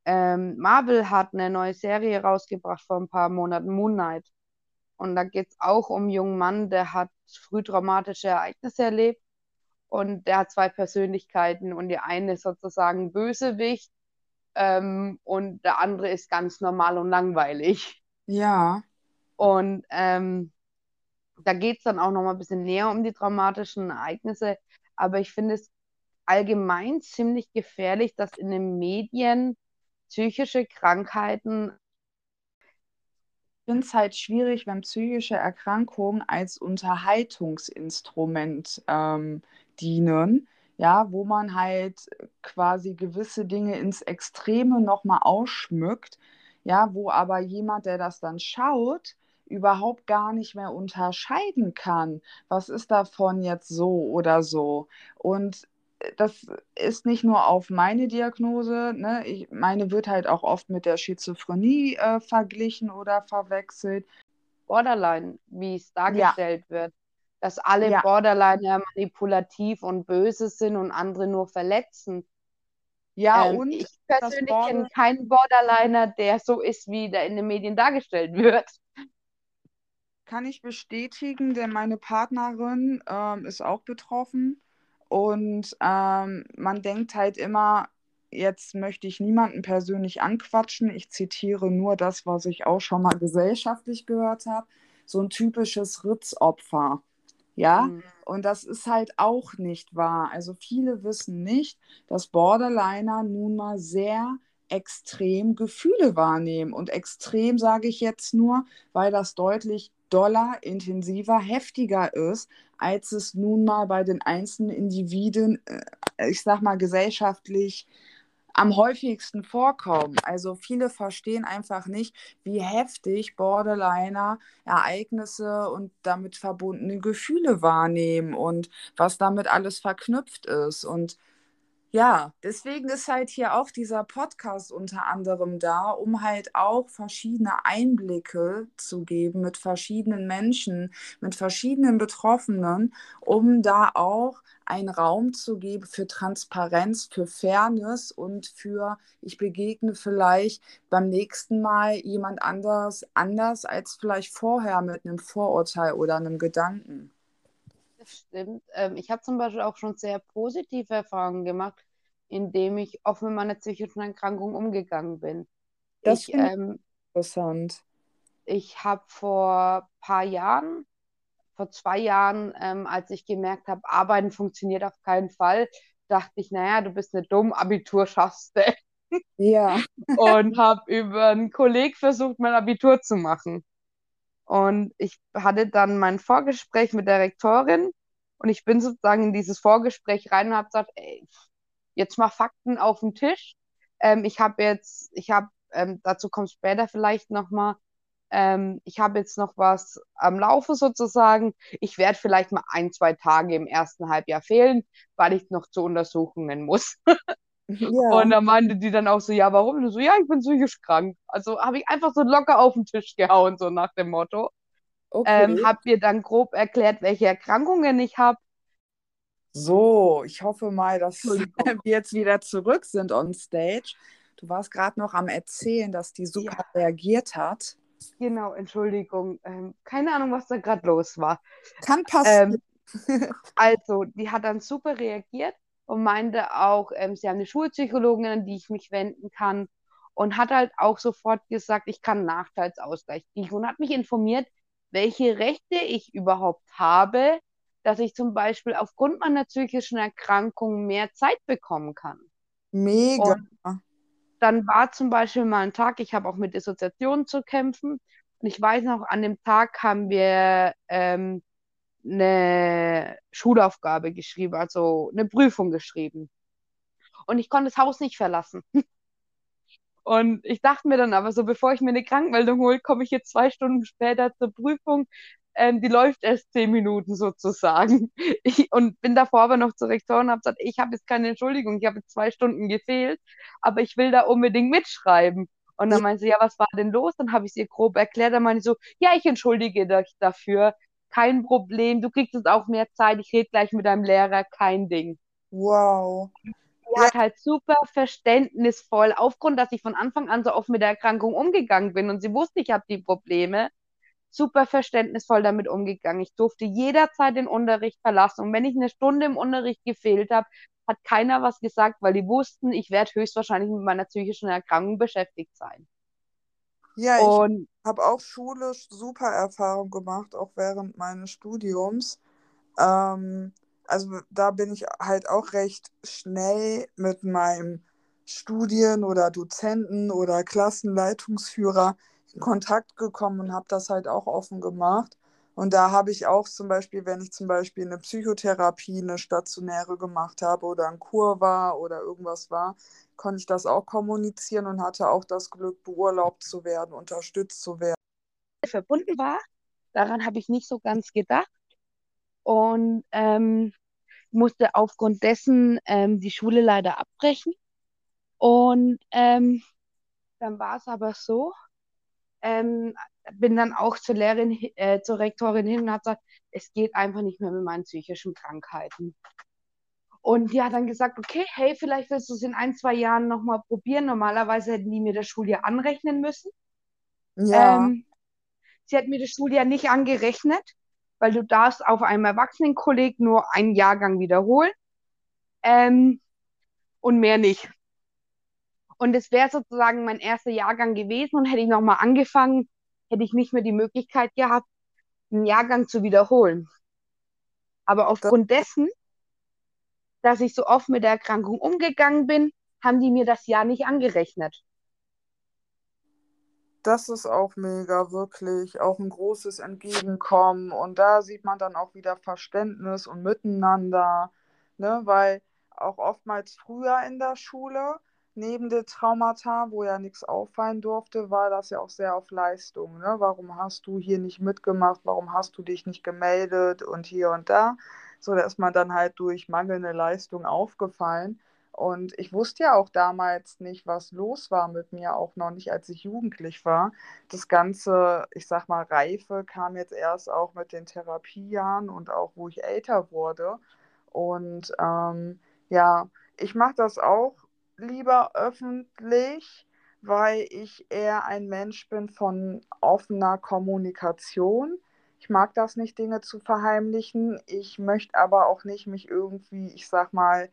Marvel hat eine neue Serie rausgebracht vor ein paar Monaten, Moon Knight. Und da geht es auch um einen jungen Mann, der hat früh traumatische Ereignisse erlebt und der hat zwei Persönlichkeiten und die eine ist sozusagen Bösewicht, und der andere ist ganz normal und langweilig. Ja. Und da geht es dann auch noch mal ein bisschen näher um die traumatischen Ereignisse. Aber ich finde es allgemein ziemlich gefährlich, dass in den Medien psychische Krankheiten, Finde es halt schwierig, wenn psychische Erkrankungen als Unterhaltungsinstrument dienen, ja, wo man halt quasi gewisse Dinge ins Extreme nochmal ausschmückt, ja, wo aber jemand, der das dann schaut, überhaupt gar nicht mehr unterscheiden kann, was ist davon jetzt so oder so. Und das ist nicht nur auf meine Diagnose, ne? Meine wird halt auch oft mit der Schizophrenie verglichen oder verwechselt. Borderline, wie es Ja, dargestellt wird, dass alle ja, Borderliner manipulativ und böse sind und andere nur verletzen. ja, und Ich das persönlich kenne Border keinen Borderliner, der so ist, wie der in den Medien dargestellt wird. kann ich bestätigen, denn meine Partnerin ist auch betroffen und man denkt halt immer, jetzt möchte ich niemanden persönlich anquatschen. Ich zitiere nur das, was ich auch schon mal gesellschaftlich gehört habe. So ein typisches Ritzopfer. Ja, Hm. und das ist halt auch nicht wahr. Also viele wissen nicht, dass Borderliner nun mal sehr extrem Gefühle wahrnehmen. Und extrem sage ich jetzt nur, weil das deutlich doller, intensiver, heftiger ist, als es nun mal bei den einzelnen Individuen, ich sag mal, gesellschaftlich am häufigsten vorkommen. Also viele verstehen einfach nicht, wie heftig Borderliner Ereignisse und damit verbundene Gefühle wahrnehmen und was damit alles verknüpft ist. Und ja, deswegen ist halt hier auch dieser Podcast unter anderem da, um halt auch verschiedene Einblicke zu geben mit verschiedenen Menschen, mit verschiedenen Betroffenen, um da auch einen Raum zu geben für Transparenz, für Fairness und für, ich begegne vielleicht beim nächsten Mal jemand anders als vielleicht vorher mit einem Vorurteil oder einem Gedanken. Das stimmt. Ich habe zum Beispiel auch schon sehr positive Erfahrungen gemacht, indem ich offen mit meiner psychischen Erkrankung umgegangen bin. Das Ich, finde ich ähm, interessant. ich habe vor paar Jahren, vor 2 Jahren, als ich gemerkt habe, Arbeiten funktioniert auf keinen Fall, dachte ich, naja, du bist nicht dumm, Abitur schaffst du. Ja, Und habe über einen Kollegen versucht, mein Abitur zu machen. Und ich hatte dann mein Vorgespräch mit der Rektorin und ich bin sozusagen in dieses Vorgespräch rein und habe gesagt, ey, jetzt mal Fakten auf den Tisch. Dazu kommt später vielleicht nochmal, ich habe jetzt noch was am Laufe sozusagen. Ich werde vielleicht mal 1, 2 Tage im ersten Halbjahr fehlen, weil ich noch zu Untersuchungen muss. Und ja, da meinte die dann auch so, ja, warum? Und so, ja, ich bin psychisch krank. Also habe ich einfach so locker auf den Tisch gehauen, so nach dem Motto. okay. Habe mir dann grob erklärt, welche Erkrankungen ich habe. So, ich hoffe mal, dass Entschuldigung. wir jetzt wieder zurück sind on stage. Du warst gerade noch am Erzählen, dass die Ja, super reagiert hat. genau, Entschuldigung. Keine Ahnung, was da gerade los war. Kann passieren. Ähm, also, die hat dann super reagiert und meinte auch, sie haben eine Schulpsychologin, an die ich mich wenden kann. Und hat halt auch sofort gesagt, ich kann einen Nachteilsausgleich kriegen und hat mich informiert, welche Rechte ich überhaupt habe, dass ich zum Beispiel aufgrund meiner psychischen Erkrankung mehr Zeit bekommen kann. Mega. Und dann war zum Beispiel mal ein Tag, ich habe auch mit Dissoziationen zu kämpfen. Und ich weiß noch, an dem Tag haben wir eine Schulaufgabe geschrieben, also eine Prüfung geschrieben. Und ich konnte das Haus nicht verlassen. Und ich dachte mir dann aber so, bevor ich mir eine Krankmeldung hole, komme ich jetzt 2 Stunden später zur Prüfung. Die läuft erst 10 Minuten sozusagen. Und bin davor aber noch zur Rektorin und habe gesagt, ich habe jetzt keine Entschuldigung, ich habe jetzt 2 Stunden gefehlt, aber ich will da unbedingt mitschreiben. Und Ja, dann meinte sie, ja, was war denn los? Dann habe ich es ihr grob erklärt. Dann meinte ich so, ja, ich entschuldige dich dafür. Kein Problem, du kriegst jetzt auch mehr Zeit. Ich rede gleich mit deinem Lehrer, kein Ding. wow. Die Ja, hat halt super verständnisvoll, aufgrund, dass ich von Anfang an so offen mit der Erkrankung umgegangen bin und sie wusste, ich habe die Probleme, super verständnisvoll damit umgegangen. Ich durfte jederzeit den Unterricht verlassen. Und wenn ich eine Stunde im Unterricht gefehlt habe, hat keiner was gesagt, weil die wussten, ich werde höchstwahrscheinlich mit meiner psychischen Erkrankung beschäftigt sein. ja, ich Und habe auch schulisch super Erfahrung gemacht, auch während meines Studiums. Ähm, also da bin ich halt auch recht schnell mit meinem Studien- oder Dozenten oder Klassenleitungsführer in Kontakt gekommen und habe das halt auch offen gemacht. Und da habe ich auch zum Beispiel, wenn ich zum Beispiel eine Psychotherapie, eine stationäre gemacht habe oder ein Kur war oder irgendwas war, konnte ich das auch kommunizieren und hatte auch das Glück, beurlaubt zu werden, unterstützt zu werden. verbunden war, daran habe ich nicht so ganz gedacht. Und musste aufgrund dessen die Schule leider abbrechen. Und dann war es aber so, ähm, bin dann auch zur Lehrerin, zur Rektorin hin und habe gesagt, es geht einfach nicht mehr mit meinen psychischen Krankheiten. Und die hat dann gesagt, okay, hey, vielleicht willst du es in 1, 2 Jahren nochmal probieren. Normalerweise hätten die mir das Schuljahr anrechnen müssen. Ja, Ähm, Sie hat mir das Schuljahr nicht angerechnet, weil du darfst auf einem Erwachsenenkolleg nur einen Jahrgang wiederholen ähm, und mehr nicht. Und es wäre sozusagen mein erster Jahrgang gewesen und hätte ich nochmal angefangen, hätte ich nicht mehr die Möglichkeit gehabt, einen Jahrgang zu wiederholen. Aber das, aufgrund dessen, dass ich so oft mit der Erkrankung umgegangen bin, haben die mir das Jahr nicht angerechnet. das ist auch mega, wirklich. Auch ein großes Entgegenkommen. Und da sieht man dann auch wieder Verständnis und Miteinander, ne? Weil auch oftmals früher in der Schule, neben den Traumata, wo ja nichts auffallen durfte, war das ja auch sehr auf Leistung, ne? Warum hast du hier nicht mitgemacht? Warum hast du dich nicht gemeldet? Und hier und da. So, da ist man dann halt durch mangelnde Leistung aufgefallen. Und ich wusste ja auch damals nicht, was los war mit mir, auch noch nicht, als ich jugendlich war. Das ganze, ich sag mal, Reife kam jetzt erst auch mit den Therapiejahren und auch, wo ich älter wurde. Und ja, ich mache das auch lieber öffentlich, weil ich eher ein Mensch bin von offener Kommunikation. Ich mag das nicht, Dinge zu verheimlichen. Ich möchte aber auch nicht mich irgendwie, ich sag mal,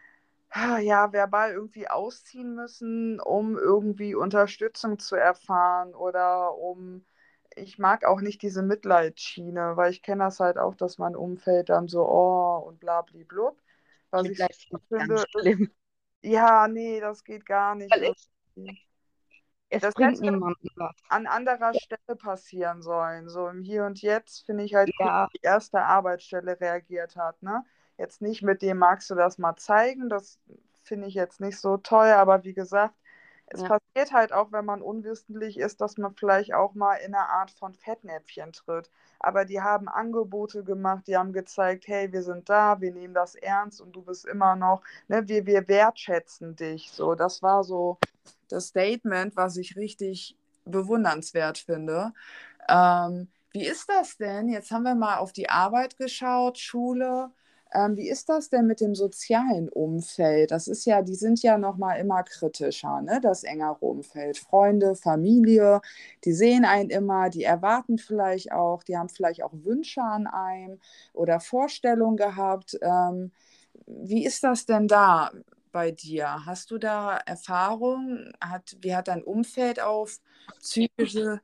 ja, verbal irgendwie ausziehen müssen, um irgendwie Unterstützung zu erfahren oder um, ich mag auch nicht diese Mitleidsschiene, weil ich kenne das halt auch, dass mein Umfeld dann so, oh und bla bli blub. Was ich Mitleid super finde ich ganz finde, ist, schlimm, ja, nee, das geht gar nicht weil irgendwie. es Das bringt hätte niemandem was. an anderer Stelle passieren sollen. So im Hier und Jetzt finde ich halt cool, Ja, wie die erste Arbeitsstelle reagiert hat. Ne? Jetzt nicht mit dem, magst du das mal zeigen? Das finde ich jetzt nicht so toll, aber wie gesagt, es ja. passiert halt auch, wenn man unwissentlich ist, dass man vielleicht auch mal in eine Art von Fettnäpfchen tritt. Aber die haben Angebote gemacht, die haben gezeigt, hey, wir sind da, wir nehmen das ernst und du bist immer noch, ne, wir wertschätzen dich. So, das war so das Statement, was ich richtig bewundernswert finde. Wie ist das denn? Jetzt haben wir mal auf die Arbeit geschaut, Schule. Wie ist das denn mit dem sozialen Umfeld? Das ist ja, die sind ja noch mal immer kritischer, ne? Das engere Umfeld, Freunde, Familie, die sehen einen immer, die erwarten vielleicht auch, die haben vielleicht auch Wünsche an einem oder Vorstellungen gehabt. Wie ist das denn da bei dir? Hast du da Erfahrung? Wie hat dein Umfeld auf psychische,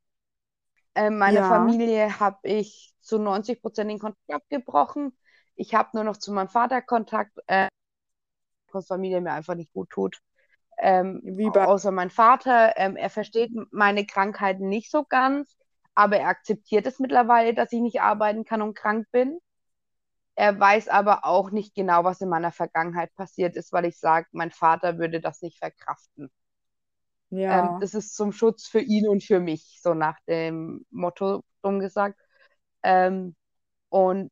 Meine ja, Familie habe ich zu 90% den Kontakt abgebrochen. Ich habe nur noch zu meinem Vater Kontakt, was Familie mir einfach nicht gut tut. wie bei, Außer mein Vater, er versteht meine Krankheiten nicht so ganz, aber er akzeptiert es mittlerweile, dass ich nicht arbeiten kann und krank bin. Er weiß aber auch nicht genau, was in meiner Vergangenheit passiert ist, weil ich sage, mein Vater würde das nicht verkraften. ja, Das ist zum Schutz für ihn und für mich, so nach dem Motto, dumm gesagt. Ähm, und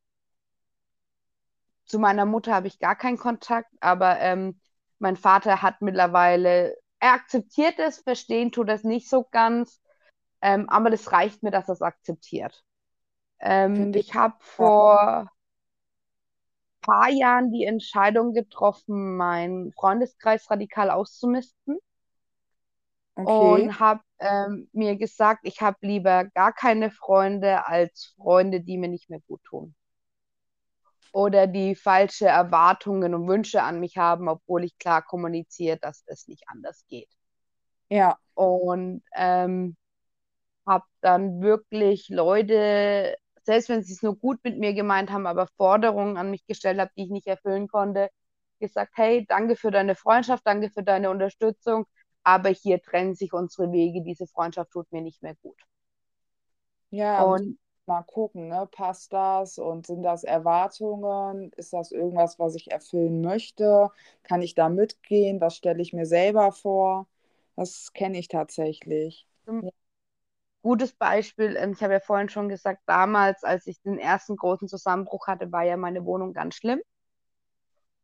zu meiner Mutter habe ich gar keinen Kontakt, aber mein Vater hat mittlerweile, er akzeptiert es, verstehen tut es nicht so ganz, aber das reicht mir, dass er es akzeptiert. finde ich, Ich habe ja, vor ein paar Jahren die Entscheidung getroffen, meinen Freundeskreis radikal auszumisten okay. und habe mir gesagt, ich habe lieber gar keine Freunde als Freunde, die mir nicht mehr gut tun oder die falsche Erwartungen und Wünsche an mich haben, obwohl ich klar kommuniziere, dass es nicht anders geht. Ja, Und habe dann wirklich Leute, selbst wenn sie es nur gut mit mir gemeint haben, aber Forderungen an mich gestellt habe, die ich nicht erfüllen konnte, gesagt, hey, danke für deine Freundschaft, danke für deine Unterstützung, aber hier trennen sich unsere Wege, diese Freundschaft tut mir nicht mehr gut. ja, muss Und mal gucken, ne? Passt das und sind das Erwartungen? Ist das irgendwas, was ich erfüllen möchte? Kann ich da mitgehen? Was stelle ich mir selber vor? Das kenne ich tatsächlich. ein gutes Beispiel, ich habe ja vorhin schon gesagt, damals, als ich den ersten großen Zusammenbruch hatte, war ja meine Wohnung ganz schlimm.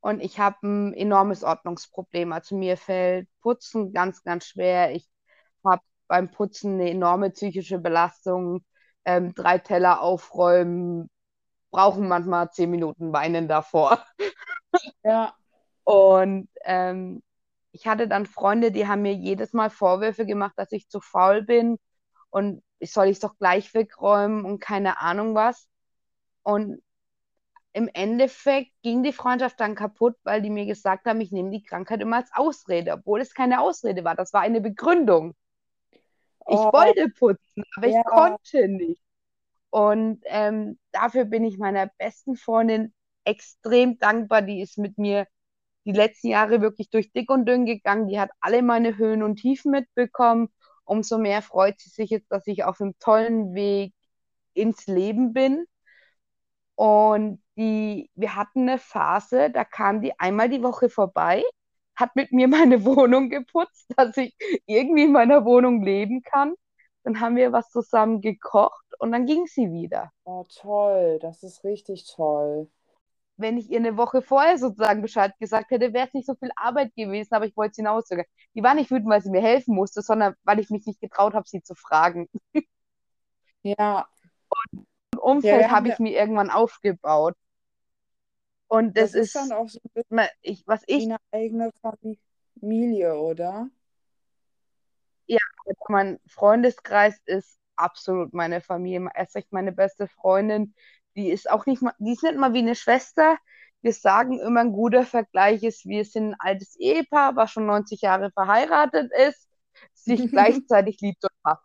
Und ich habe ein enormes Ordnungsproblem. Also mir fällt Putzen ganz, ganz schwer. Ich habe beim Putzen eine enorme psychische Belastung. 3 Teller aufräumen, brauchen manchmal 10 Minuten weinen davor. Ja. Und ich hatte dann Freunde, die haben mir jedes Mal Vorwürfe gemacht, dass ich zu faul bin und ich soll es doch gleich wegräumen und keine Ahnung was. Und im Endeffekt ging die Freundschaft dann kaputt, weil die mir gesagt haben, ich nehme die Krankheit immer als Ausrede, obwohl es keine Ausrede war. Das war eine Begründung. Ich Oh, wollte putzen, aber ich ja. konnte nicht. Und dafür bin ich meiner besten Freundin extrem dankbar. Die ist mit mir die letzten Jahre wirklich durch dick und dünn gegangen. Die hat alle meine Höhen und Tiefen mitbekommen. Umso mehr freut sie sich jetzt, dass ich auf einem tollen Weg ins Leben bin. Und wir hatten eine Phase, da kam die einmal die Woche vorbei, hat mit mir meine Wohnung geputzt, dass ich irgendwie in meiner Wohnung leben kann. Dann haben wir was zusammen gekocht und dann ging sie wieder. Oh, toll. Das ist richtig toll. Wenn ich ihr eine Woche vorher sozusagen Bescheid gesagt hätte, wäre es nicht so viel Arbeit gewesen, aber ich wollte sie hinauszögern. Die war nicht wütend, weil sie mir helfen musste, sondern weil ich mich nicht getraut habe, sie zu fragen. Ja, Ein ja, Umfeld wir haben habe ja ich mir irgendwann aufgebaut. Und das das ist dann ist, auch so ein bisschen was wie ich, eine eigene Familie, oder? ja, mein Freundeskreis ist absolut meine Familie. Erst recht meine beste Freundin, die ist auch nicht mal, die ist nicht mal wie eine Schwester. Wir sagen immer, ein guter Vergleich ist, wir sind ein altes Ehepaar, was schon 90 Jahre verheiratet ist, sich gleichzeitig liebt und hasst.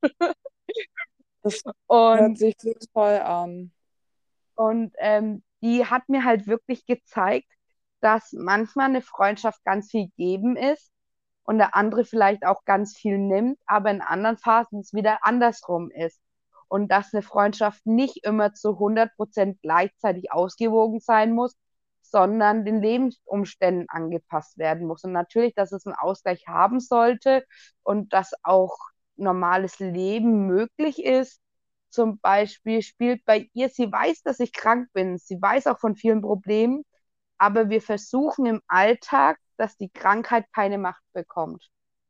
Das hört Und, sich so toll an. und die hat mir halt wirklich gezeigt, dass manchmal eine Freundschaft ganz viel geben ist und der andere vielleicht auch ganz viel nimmt, aber in anderen Phasen es wieder andersrum ist. Und dass eine Freundschaft nicht immer zu 100% gleichzeitig ausgewogen sein muss, sondern den Lebensumständen angepasst werden muss. Und natürlich, dass es einen Ausgleich haben sollte und dass auch normales Leben möglich ist. Zum Beispiel spielt bei ihr, sie weiß, dass ich krank bin, sie weiß auch von vielen Problemen, aber wir versuchen im Alltag, dass die Krankheit keine Macht bekommt.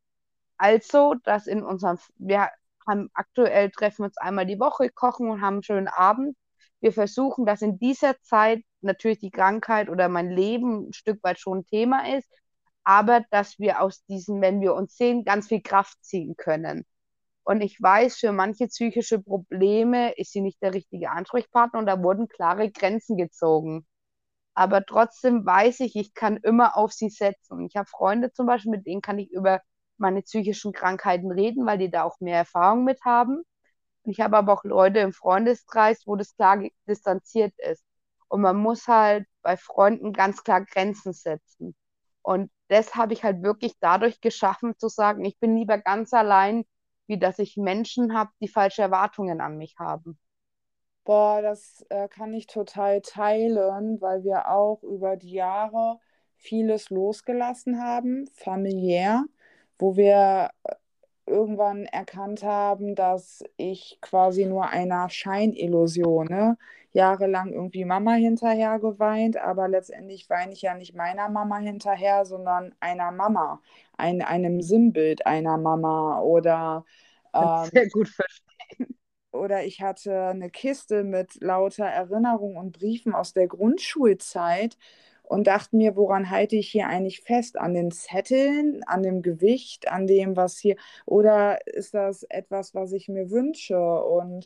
Also, dass wir haben aktuell treffen wir uns einmal die Woche, kochen und haben einen schönen Abend. Wir versuchen, dass in dieser Zeit natürlich die Krankheit oder mein Leben ein Stück weit schon ein Thema ist, aber dass wir aus diesen, wenn wir uns sehen, ganz viel Kraft ziehen können. Und ich weiß, für manche psychische Probleme ist sie nicht der richtige Ansprechpartner und da wurden klare Grenzen gezogen. Aber trotzdem weiß ich, ich kann immer auf sie setzen. Und ich habe Freunde zum Beispiel, mit denen kann ich über meine psychischen Krankheiten reden, weil die da auch mehr Erfahrung mit haben. Und ich habe aber auch Leute im Freundeskreis, wo das klar distanziert ist. Und man muss halt bei Freunden ganz klar Grenzen setzen. Und das habe ich halt wirklich dadurch geschaffen, zu sagen, ich bin lieber ganz allein, wie dass ich Menschen habe, die falsche Erwartungen an mich haben. Boah, das kann ich total teilen, weil wir auch über die Jahre vieles losgelassen haben, familiär, wo wir irgendwann erkannt haben, dass ich quasi nur einer Scheinillusion, ne, jahrelang irgendwie Mama hinterher geweint, aber letztendlich weine ich ja nicht meiner Mama hinterher, sondern einer Mama, einem Sinnbild einer Mama Kann ich ähm, sehr gut verstehen. oder ich hatte eine Kiste mit lauter Erinnerungen und Briefen aus der Grundschulzeit und dachte mir, woran halte ich hier eigentlich fest? An den Zetteln, an dem Gewicht, an dem, was hier, oder ist das etwas, was ich mir wünsche? Und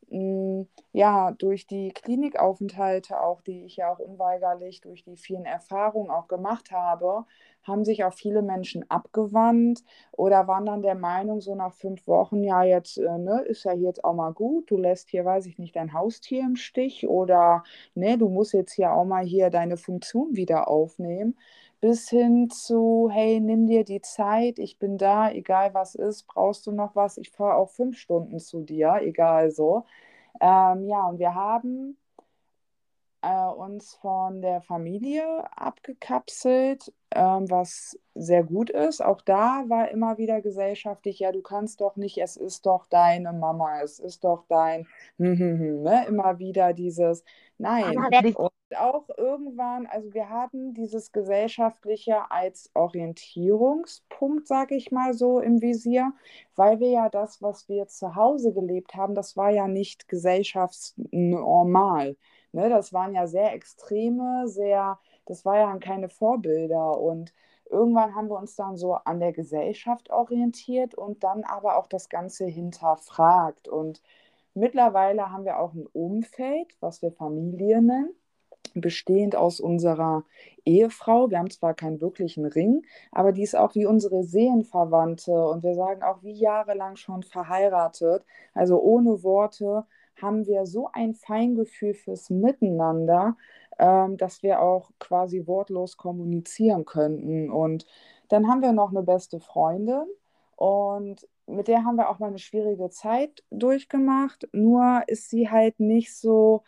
ja, durch die Klinikaufenthalte auch, die ich ja auch unweigerlich durch die vielen Erfahrungen auch gemacht habe, haben sich auch viele Menschen abgewandt oder waren dann der Meinung, so nach 5 Wochen, ja, jetzt ne, ist ja jetzt auch mal gut, du lässt hier, weiß ich nicht, dein Haustier im Stich oder ne, du musst jetzt hier auch mal hier deine Funktion wieder aufnehmen. Bis hin zu, hey, nimm dir die Zeit, ich bin da, egal was ist, brauchst du noch was, ich fahre auch 5 Stunden zu dir, egal so. Ja, und wir haben uns von der Familie abgekapselt, was sehr gut ist. Auch da war immer wieder gesellschaftlich, ja, du kannst doch nicht, es ist doch deine Mama, es ist doch dein, ne? Immer wieder dieses, nein. Aber werde ich auch irgendwann, also wir hatten dieses Gesellschaftliche als Orientierungspunkt, sage ich mal so, im Visier, weil wir ja das, was wir zu Hause gelebt haben, das war ja nicht gesellschaftsnormal. Ne? Das waren ja sehr extreme, das war ja keine Vorbilder und irgendwann haben wir uns dann so an der Gesellschaft orientiert und dann aber auch das Ganze hinterfragt und mittlerweile haben wir auch ein Umfeld, was wir Familie nennen, bestehend aus unserer Ehefrau. Wir haben zwar keinen wirklichen Ring, aber die ist auch wie unsere Seelenverwandte und wir sagen auch wie jahrelang schon verheiratet. Also ohne Worte haben wir so ein Feingefühl fürs Miteinander, dass wir auch quasi wortlos kommunizieren könnten. Und dann haben wir noch eine beste Freundin und mit der haben wir auch mal eine schwierige Zeit durchgemacht. Nur ist sie halt nicht so,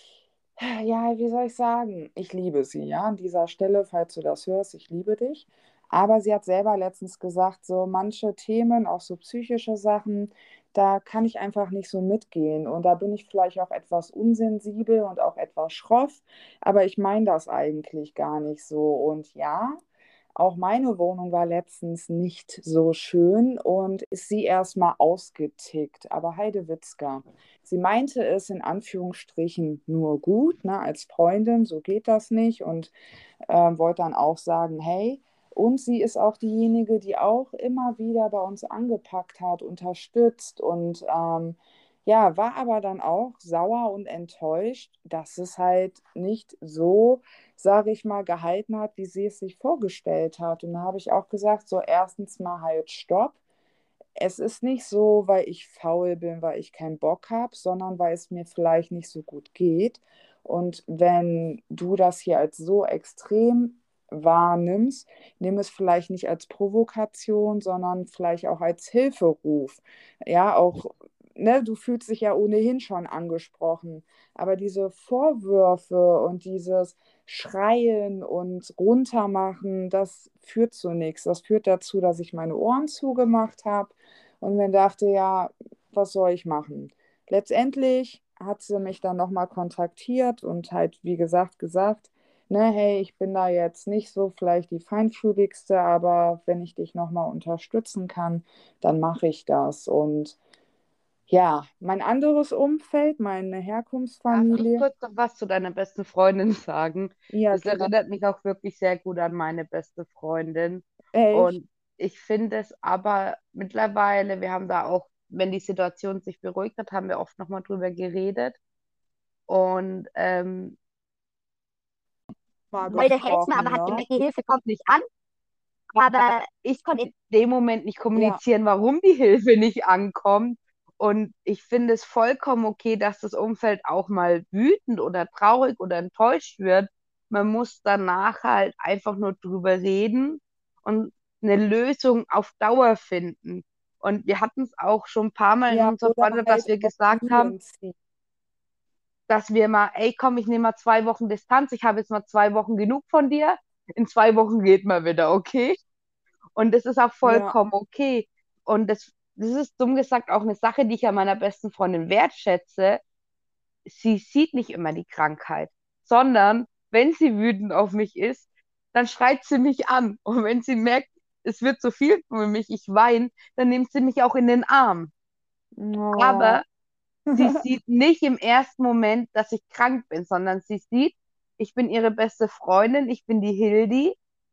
ja, wie soll ich sagen? Ich liebe sie, ja. An dieser Stelle, falls du das hörst, ich liebe dich. Aber sie hat selber letztens gesagt, so manche Themen, auch so psychische Sachen, da kann ich einfach nicht so mitgehen. Und da bin ich vielleicht auch etwas unsensibel und auch etwas schroff. Aber ich meine das eigentlich gar nicht so. Und ja, auch meine Wohnung war letztens nicht so schön und ist sie erstmal ausgetickt. Aber Heidewitzka, sie meinte es in Anführungsstrichen nur gut, ne, als Freundin, so geht das nicht und wollte dann auch sagen, hey, und sie ist auch diejenige, die auch immer wieder bei uns angepackt hat, unterstützt und ja, war aber dann auch sauer und enttäuscht, dass es halt nicht so, sage ich mal, gehalten hat, wie sie es sich vorgestellt hat. Und da habe ich auch gesagt, so erstens mal halt Stopp. Es ist nicht so, weil ich faul bin, weil ich keinen Bock habe, sondern weil es mir vielleicht nicht so gut geht. Und wenn du das hier als so extrem wahrnimmst, nimm es vielleicht nicht als Provokation, sondern vielleicht auch als Hilferuf. Ja, auch, ne, du fühlst dich ja ohnehin schon angesprochen. Aber diese Vorwürfe und dieses Schreien und Runtermachen, das führt zu nichts. Das führt dazu, dass ich meine Ohren zugemacht habe und mir dachte, ja, was soll ich machen? Letztendlich hat sie mich dann nochmal kontaktiert und halt, wie gesagt, ne, hey, ich bin da jetzt nicht so vielleicht die feinfühligste, aber wenn ich dich nochmal unterstützen kann, dann mache ich das. Und ja, mein anderes Umfeld, meine Darf ich Herkunftsfamilie, kurz noch was zu deiner besten Freundin sagen? ja Das klar, erinnert mich auch wirklich sehr gut an meine beste Freundin. echt, Und ich finde es aber mittlerweile, wir haben da auch, wenn die Situation sich beruhigt hat, haben wir oft nochmal drüber geredet. Und mal Leute helfen mir, aber besprochen, hat ne? gemerkt, die Hilfe kommt nicht an. Aber ich konnte in dem Moment nicht Ja, kommunizieren, warum die Hilfe nicht ankommt. Und ich finde es vollkommen okay, dass das Umfeld auch mal wütend oder traurig oder enttäuscht wird. Man muss danach halt einfach nur drüber reden und eine Lösung auf Dauer finden. Und wir hatten es auch schon ein paar Mal in ja, unserer oder Freundschaft, dass halt wir auch gesagt haben, Bühnen ziehen. dass wir mal, ey, komm, ich nehme mal 2 Wochen Distanz, ich habe jetzt mal 2 Wochen genug von dir, in 2 Wochen geht mal wieder, okay? Und das ist auch Ja, vollkommen okay. Und das ist dumm gesagt auch eine Sache, die ich an meiner besten Freundin wertschätze. Sie sieht nicht immer die Krankheit, sondern wenn sie wütend auf mich ist, dann schreit sie mich an. Und wenn sie merkt, es wird zu viel für mich, ich weine, dann nimmt sie mich auch in den Arm. oh. Aber sie sieht nicht im ersten Moment, dass ich krank bin, sondern sie sieht, ich bin ihre beste Freundin, ich bin die Hildi.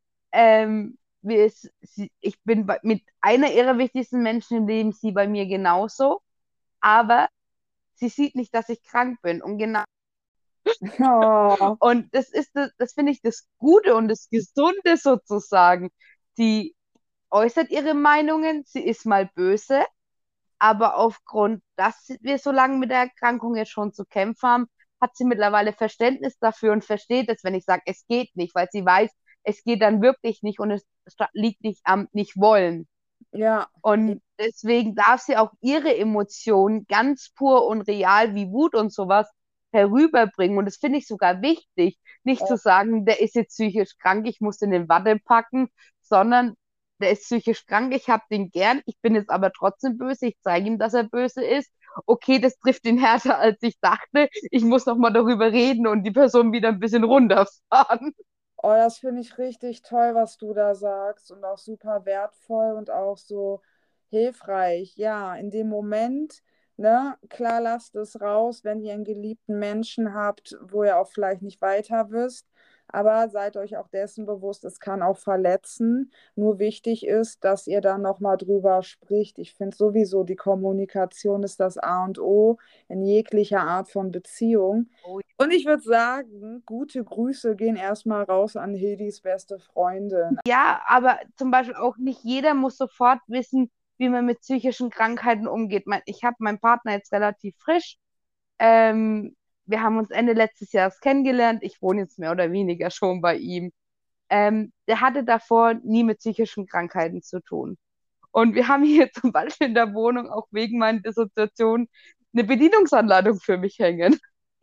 Ich bin mit einer ihrer wichtigsten Menschen im Leben, sie bei mir genauso, aber sie sieht nicht, dass ich krank bin. Und genau, Oh. und das finde ich das Gute und das Gesunde sozusagen. Sie äußert ihre Meinungen, sie ist mal böse, aber aufgrund, dass wir so lange mit der Erkrankung jetzt schon zu kämpfen haben, hat sie mittlerweile Verständnis dafür und versteht es, wenn ich sage, es geht nicht, weil sie weiß, es geht dann wirklich nicht und es liegt nicht am Nicht-Wollen. Ja, Und deswegen darf sie auch ihre Emotionen ganz pur und real wie Wut und sowas herüberbringen. Und das finde ich sogar wichtig, nicht zu sagen, der ist jetzt psychisch krank, ich muss den in Watte packen, sondern der ist psychisch krank, ich habe den gern, ich bin jetzt aber trotzdem böse, ich zeige ihm, dass er böse ist. okay, das trifft ihn härter, als ich dachte. Ich muss noch mal darüber reden und die Person wieder ein bisschen runterfahren. Oh, das finde ich richtig toll, was du da sagst und auch super wertvoll und auch so hilfreich. Ja, in dem Moment, ne, klar, lasst es raus, wenn ihr einen geliebten Menschen habt, wo ihr auch vielleicht nicht weiter wisst, aber seid euch auch dessen bewusst, es kann auch verletzen. Nur wichtig ist, dass ihr dann nochmal drüber spricht. Ich finde sowieso, die Kommunikation ist das A und O in jeglicher Art von Beziehung. Oh, Und ich würde sagen, gute Grüße gehen erstmal raus an Hildis beste Freundin. ja, aber zum Beispiel auch nicht jeder muss sofort wissen, wie man mit psychischen Krankheiten umgeht. Ich habe meinen Partner jetzt relativ frisch. Ähm, Wir haben uns Ende letztes Jahres kennengelernt. Ich wohne jetzt mehr oder weniger schon bei ihm. Der hatte davor nie mit psychischen Krankheiten zu tun. Und wir haben hier zum Beispiel in der Wohnung auch wegen meiner Dissoziation eine Bedienungsanleitung für mich hängen.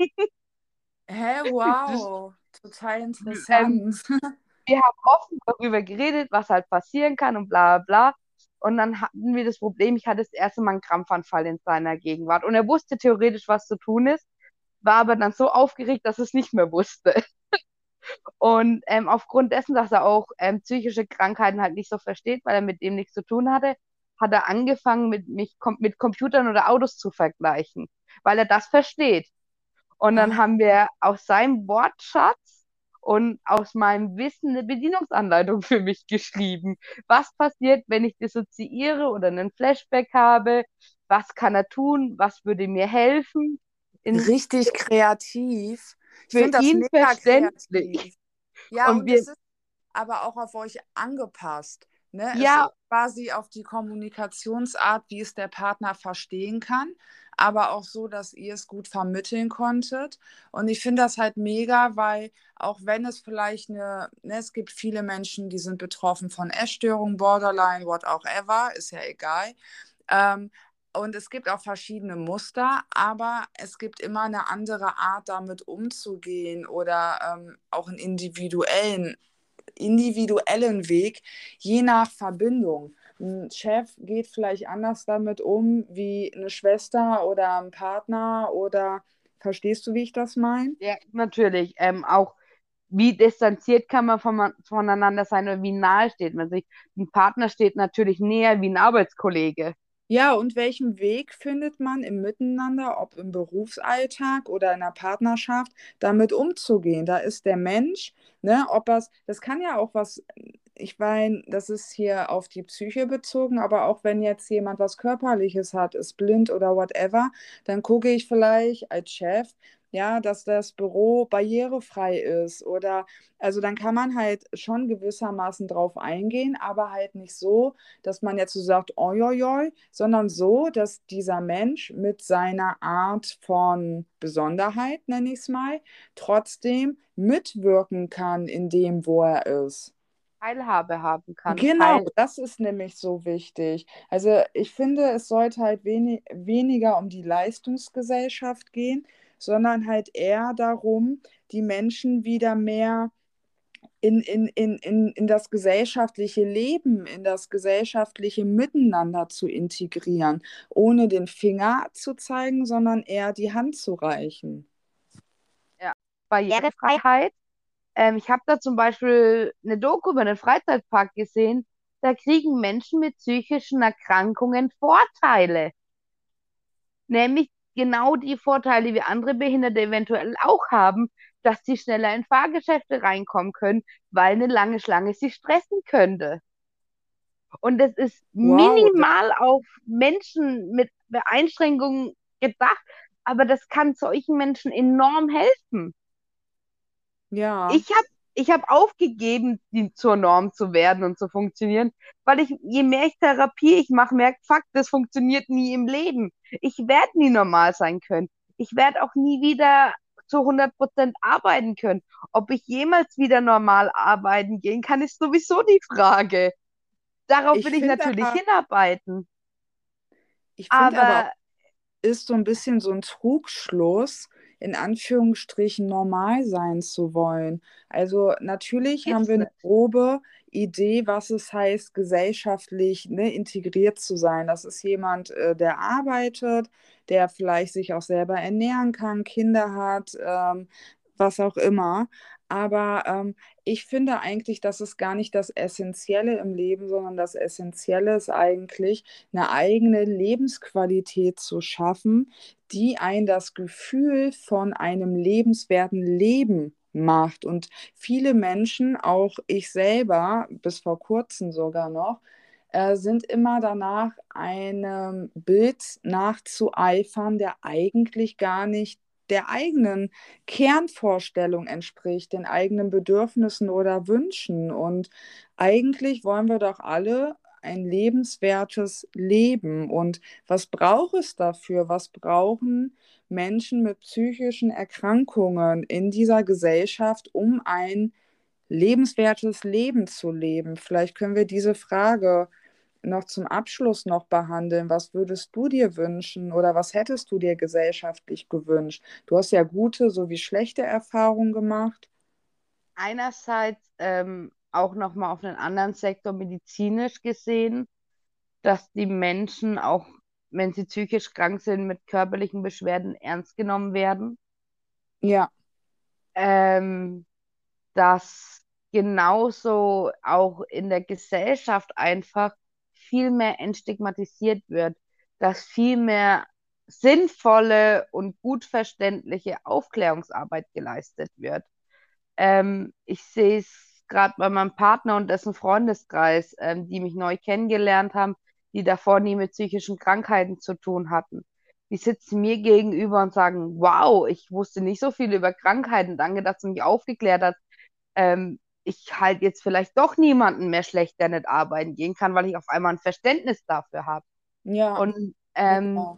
Hä, Das, wow, total ähm, interessant. Wir haben offen darüber geredet, was halt passieren kann und bla bla bla. Und dann hatten wir das Problem, ich hatte das erste Mal einen Krampfanfall in seiner Gegenwart. Und er wusste theoretisch, was zu tun ist, war aber dann so aufgeregt, dass er es nicht mehr wusste. Und aufgrund dessen, dass er auch psychische Krankheiten halt nicht so versteht, weil er mit dem nichts zu tun hatte, hat er angefangen, mit Computern oder Autos zu vergleichen, weil er das versteht. Und dann Ah, haben wir aus seinem Wortschatz und aus meinem Wissen eine Bedienungsanleitung für mich geschrieben. Was passiert, wenn ich dissoziiere oder einen Flashback habe? Was kann er tun? Was würde mir helfen? In, richtig kreativ. Ich für finde das ihn mega verständlich. kreativ. Ja, Und und wir, es ist aber auch auf euch angepasst. Ne? Es ist ja, quasi auf die Kommunikationsart, wie es der Partner verstehen kann, aber auch so, dass ihr es gut vermitteln konntet. Und ich finde das halt mega, weil auch wenn es vielleicht ne, es gibt viele Menschen, die sind betroffen von Essstörungen, Borderline, what auch ever, ist ja egal. Ähm, und es gibt auch verschiedene Muster, aber es gibt immer eine andere Art, damit umzugehen oder auch einen individuellen Weg, je nach Verbindung. Ein Chef geht vielleicht anders damit um wie eine Schwester oder ein Partner oder verstehst du, wie ich das meine? ja, natürlich, auch wie distanziert kann man voneinander sein oder wie nahe steht man sich. Ein Partner steht natürlich näher wie ein Arbeitskollege. Ja, und welchen Weg findet man im Miteinander, ob im Berufsalltag oder in der Partnerschaft, damit umzugehen? Da ist der Mensch, ne, das kann ja auch was, ich meine, das ist hier auf die Psyche bezogen, aber auch wenn jetzt jemand was Körperliches hat, ist blind oder whatever, dann gucke ich vielleicht als Chef, ja, dass das Büro barrierefrei ist oder, also dann kann man halt schon gewissermaßen drauf eingehen, aber halt nicht so, dass man jetzt so sagt, oi, oi, oi, sondern so, dass dieser Mensch mit seiner Art von Besonderheit, nenne ich es mal, trotzdem mitwirken kann in dem, wo er ist. Teilhabe haben kann. Genau, das ist nämlich so wichtig. Also ich finde, es sollte halt weniger um die Leistungsgesellschaft gehen, sondern halt eher darum, die Menschen wieder mehr in das gesellschaftliche Leben, in das gesellschaftliche Miteinander zu integrieren, ohne den Finger zu zeigen, sondern eher die Hand zu reichen. Ja. Barrierefreiheit. Ich habe da zum Beispiel eine Doku über einen Freizeitpark gesehen. Da kriegen Menschen mit psychischen Erkrankungen Vorteile. Nämlich genau die Vorteile, wie andere Behinderte eventuell auch haben, dass sie schneller in Fahrgeschäfte reinkommen können, weil eine lange Schlange sie stressen könnte. Und es ist Wow, minimal auf Menschen mit Einschränkungen gedacht, aber das kann solchen Menschen enorm helfen. ja, Ich hab aufgegeben, zur Norm zu werden und zu funktionieren, weil je mehr ich Therapie ich mache, merke, fuck, das funktioniert nie im Leben. Ich werde nie normal sein können. Ich werde auch nie wieder zu 100% arbeiten können. Ob ich jemals wieder normal arbeiten gehen kann, ist sowieso die Frage. Darauf ich will ich finde natürlich aber, hinarbeiten. ich finde aber auch, Aber ist so ein bisschen so ein Trugschluss, in Anführungsstrichen normal sein zu wollen. Also natürlich haben wir ist eine nicht. grobe Idee, was es heißt, gesellschaftlich, ne, integriert zu sein. Das ist jemand, der arbeitet, der vielleicht sich auch selber ernähren kann, Kinder hat, was auch immer. Aber ich finde eigentlich, das ist gar nicht das Essentielle im Leben, sondern das Essentielle ist eigentlich, eine eigene Lebensqualität zu schaffen, die ein das Gefühl von einem lebenswerten Leben macht. Und viele Menschen, auch ich selber, bis vor kurzem sogar noch, sind immer danach, einem Bild nachzueifern, der eigentlich gar nicht der eigenen Kernvorstellung entspricht, den eigenen Bedürfnissen oder Wünschen. Und eigentlich wollen wir doch alle ein lebenswertes Leben. Und was braucht es dafür? Was brauchen Menschen mit psychischen Erkrankungen in dieser Gesellschaft, um ein lebenswertes Leben zu leben? Vielleicht können wir diese Frage noch zum Abschluss noch behandeln. Was würdest du dir wünschen oder was hättest du dir gesellschaftlich gewünscht? Du hast ja gute sowie schlechte Erfahrungen gemacht. Einerseits auch nochmal auf einen anderen Sektor medizinisch gesehen, dass die Menschen auch, wenn sie psychisch krank sind, mit körperlichen Beschwerden ernst genommen werden. Ja, Ähm, dass genauso auch in der Gesellschaft einfach viel mehr entstigmatisiert wird, dass viel mehr sinnvolle und gut verständliche Aufklärungsarbeit geleistet wird. Ich sehe es gerade bei meinem Partner und dessen Freundeskreis, die mich neu kennengelernt haben, die davor nie mit psychischen Krankheiten zu tun hatten. Die sitzen mir gegenüber und sagen, wow, ich wusste nicht so viel über Krankheiten. Danke, dass du mich aufgeklärt hast. Ich halte jetzt vielleicht doch niemanden mehr schlecht, der nicht arbeiten gehen kann, weil ich auf einmal ein Verständnis dafür habe. ja, Und genau.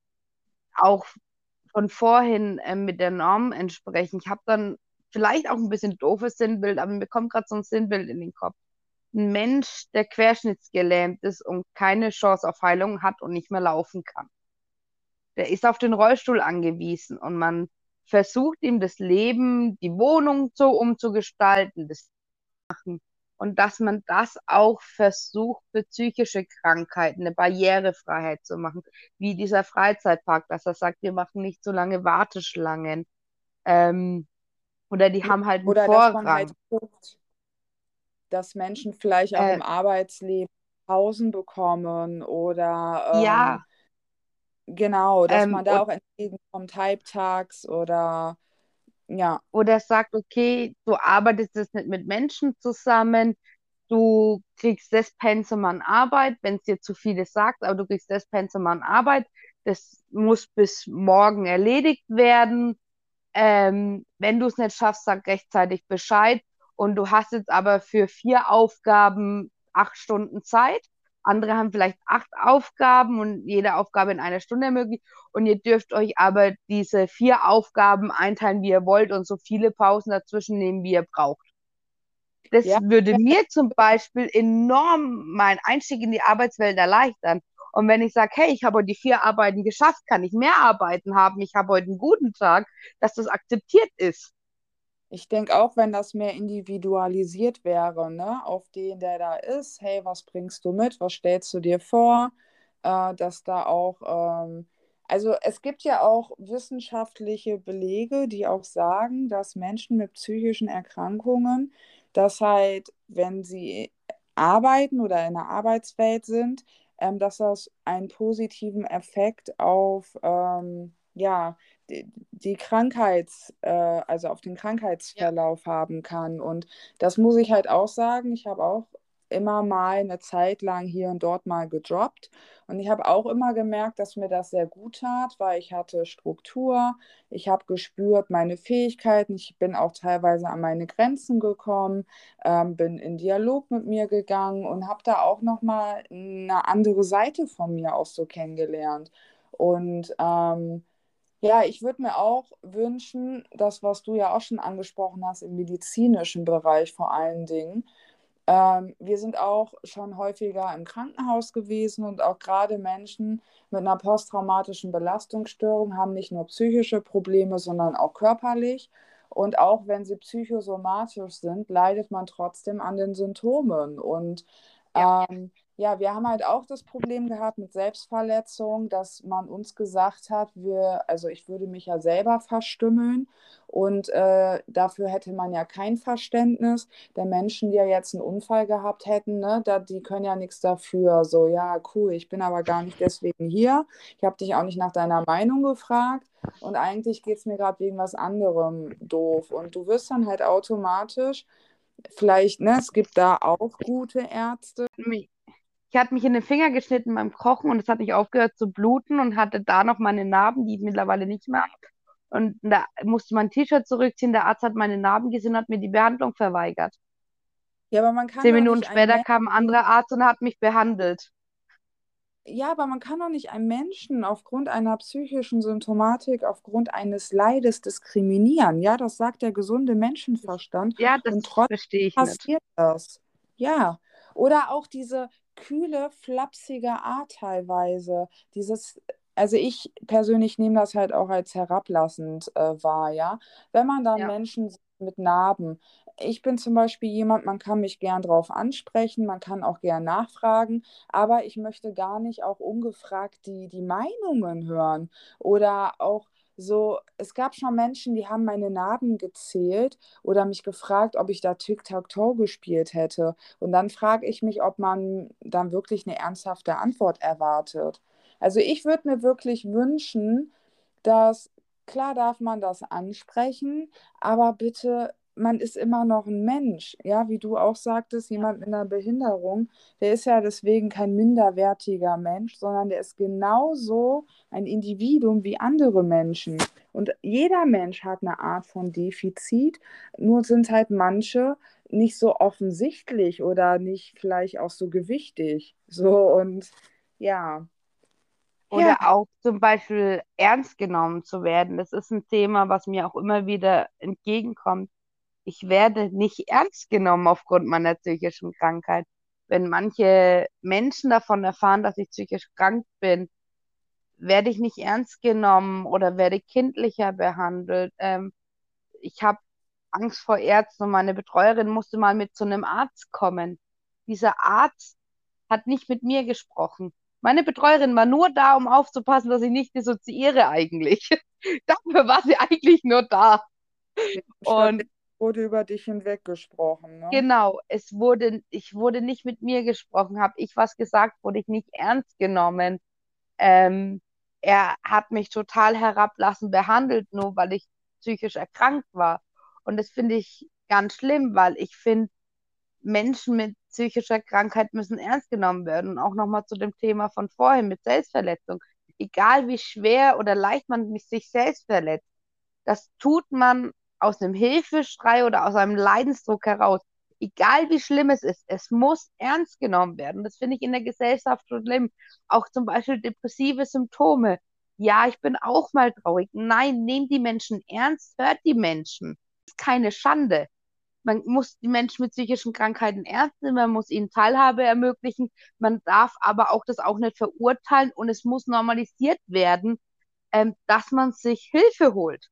auch von vorhin mit der Norm entsprechen. Ich habe dann vielleicht auch ein bisschen doofes Sinnbild, aber mir kommt gerade so ein Sinnbild in den Kopf. Ein Mensch, der querschnittsgelähmt ist und keine Chance auf Heilung hat und nicht mehr laufen kann. Der ist auf den Rollstuhl angewiesen und man versucht ihm das Leben, die Wohnung so umzugestalten, das und dass man das auch versucht, für psychische Krankheiten eine Barrierefreiheit zu machen, wie dieser Freizeitpark, dass er sagt, wir machen nicht so lange Warteschlangen. Ähm, oder die Ja, haben halt einen oder dass man halt Vorrang. guckt, dass Menschen vielleicht auch Äh, im Arbeitsleben Pausen bekommen oder ja, genau, dass man da und, auch entgegenkommt, halbtags oder ja, oder sagt, okay, du arbeitest jetzt nicht mit Menschen zusammen, du kriegst das Pensum an Arbeit, wenn es dir zu viele sagt, aber du kriegst das Pensum an Arbeit, das muss bis morgen erledigt werden. Wenn du es nicht schaffst, sag rechtzeitig Bescheid. Und du hast jetzt aber für 4 Aufgaben 8 Stunden Zeit. Andere haben vielleicht 8 Aufgaben und jede Aufgabe in einer Stunde ermöglicht. Und ihr dürft euch aber diese 4 Aufgaben einteilen, wie ihr wollt und so viele Pausen dazwischen nehmen, wie ihr braucht. Das ja, würde mir zum Beispiel enorm meinen Einstieg in die Arbeitswelt erleichtern. Und wenn ich sage, hey, ich habe heute die 4 Arbeiten geschafft, kann ich mehr Arbeiten haben, ich habe heute einen guten Tag, dass das akzeptiert ist. ich denke auch, wenn das mehr individualisiert wäre, ne, auf den, der da ist, hey, was bringst du mit, was stellst du dir vor, dass da auch, also es gibt ja auch wissenschaftliche Belege, die auch sagen, dass Menschen mit psychischen Erkrankungen, dass halt, wenn sie arbeiten oder in der Arbeitswelt sind, dass das einen positiven Effekt auf, ja, die also auf den Ja. Krankheitsverlauf haben kann. Und das muss ich halt auch sagen. Ich habe auch immer mal eine Zeit lang hier und dort mal gedroppt. Und ich habe auch immer gemerkt, dass mir das sehr gut tat, weil ich hatte Struktur, ich habe gespürt meine Fähigkeiten, ich bin auch teilweise an meine Grenzen gekommen, bin in Dialog mit mir gegangen und habe da auch nochmal eine andere Seite von mir auch so kennengelernt. Und ja, ich würde mir auch wünschen, das, was du ja auch schon angesprochen hast, im medizinischen Bereich vor allen Dingen. Wir sind auch schon häufiger im Krankenhaus gewesen und auch gerade Menschen mit einer posttraumatischen Belastungsstörung haben nicht nur psychische Probleme, sondern auch körperlich. Und auch wenn sie psychosomatisch sind, leidet man trotzdem an den Symptomen. Und Ja. ja, wir haben halt auch das Problem gehabt mit Selbstverletzung, dass man uns gesagt hat, also ich würde mich ja selber verstümmeln und dafür hätte man ja kein Verständnis der Menschen, die ja jetzt einen Unfall gehabt hätten, ne, die können ja nichts dafür. So, ja, cool, ich bin aber gar nicht deswegen hier. Ich habe dich auch nicht nach deiner Meinung gefragt. Und eigentlich geht es mir gerade wegen was anderem doof. Und du wirst dann halt automatisch, vielleicht, ne, es gibt da auch gute Ärzte. Ich hatte mich in den Finger geschnitten beim Kochen und es hat nicht aufgehört zu bluten und hatte da noch meine Narben, die ich mittlerweile nicht mehr habe. Und da musste mein T-Shirt zurückziehen. Der Arzt hat meine Narben gesehen und hat mir die Behandlung verweigert. Ja, aber man kann 10 doch Minuten nicht einem später kam ein Menschen, anderer Arzt und hat mich behandelt. ja, aber man kann doch nicht einem Menschen aufgrund einer psychischen Symptomatik, aufgrund eines Leides diskriminieren. Ja, das sagt der gesunde Menschenverstand. Ja, Und das trotzdem verstehe ich nicht. passiert das. Ja. Oder auch diese kühle, flapsige Art teilweise. Also ich persönlich nehme das halt auch als herablassend wahr, ja. Wenn man dann Ja. Menschen sieht mit Narben. Ich bin zum Beispiel jemand, man kann mich gern drauf ansprechen, man kann auch gern nachfragen, aber ich möchte gar nicht auch ungefragt die Meinungen hören. Oder auch so, es gab schon Menschen, die haben meine Narben gezählt oder mich gefragt, ob ich da Tic-Tac-Toe gespielt hätte. Und dann frage ich mich, ob man dann wirklich eine ernsthafte Antwort erwartet. Also ich würde mir wirklich wünschen, dass, klar darf man das ansprechen, aber bitte, man ist immer noch ein Mensch. Ja, wie du auch sagtest, jemand mit einer Behinderung, der ist ja deswegen kein minderwertiger Mensch, sondern der ist genauso ein Individuum wie andere Menschen. Und jeder Mensch hat eine Art von Defizit, nur sind halt manche nicht so offensichtlich oder nicht vielleicht auch so gewichtig. So und ja. Ja, Oder auch zum Beispiel ernst genommen zu werden. Das ist ein Thema, was mir auch immer wieder entgegenkommt. Ich werde nicht ernst genommen aufgrund meiner psychischen Krankheit. Wenn manche Menschen davon erfahren, dass ich psychisch krank bin, werde ich nicht ernst genommen oder werde kindlicher behandelt. Ich habe Angst vor Ärzten und meine Betreuerin musste mal mit zu einem Arzt kommen. Dieser Arzt hat nicht mit mir gesprochen. Meine Betreuerin war nur da, um aufzupassen, dass ich nicht dissoziiere eigentlich. Dafür war sie eigentlich nur da. stattdessen Und wurde über dich hinweg gesprochen, ne? genau, ich wurde nicht mit mir gesprochen, habe ich was gesagt, wurde ich nicht ernst genommen. Ähm, Er hat mich total herablassend behandelt, nur weil ich psychisch erkrankt war. Und das finde ich ganz schlimm, weil ich finde, Menschen mit psychischer Krankheit müssen ernst genommen werden. Und auch nochmal zu dem Thema von vorhin mit Selbstverletzung. Egal wie schwer oder leicht man sich selbst verletzt, das tut man aus einem Hilfeschrei oder aus einem Leidensdruck heraus. Egal wie schlimm es ist, es muss ernst genommen werden. Das finde ich in der Gesellschaft schon schlimm. Auch zum Beispiel depressive Symptome. Ja, ich bin auch mal traurig. Nein, nehmt die Menschen ernst, hört die Menschen. Das ist keine Schande. Man muss die Menschen mit psychischen Krankheiten ernst nehmen, man muss ihnen Teilhabe ermöglichen, man darf aber auch das auch nicht verurteilen und es muss normalisiert werden, dass man sich Hilfe holt.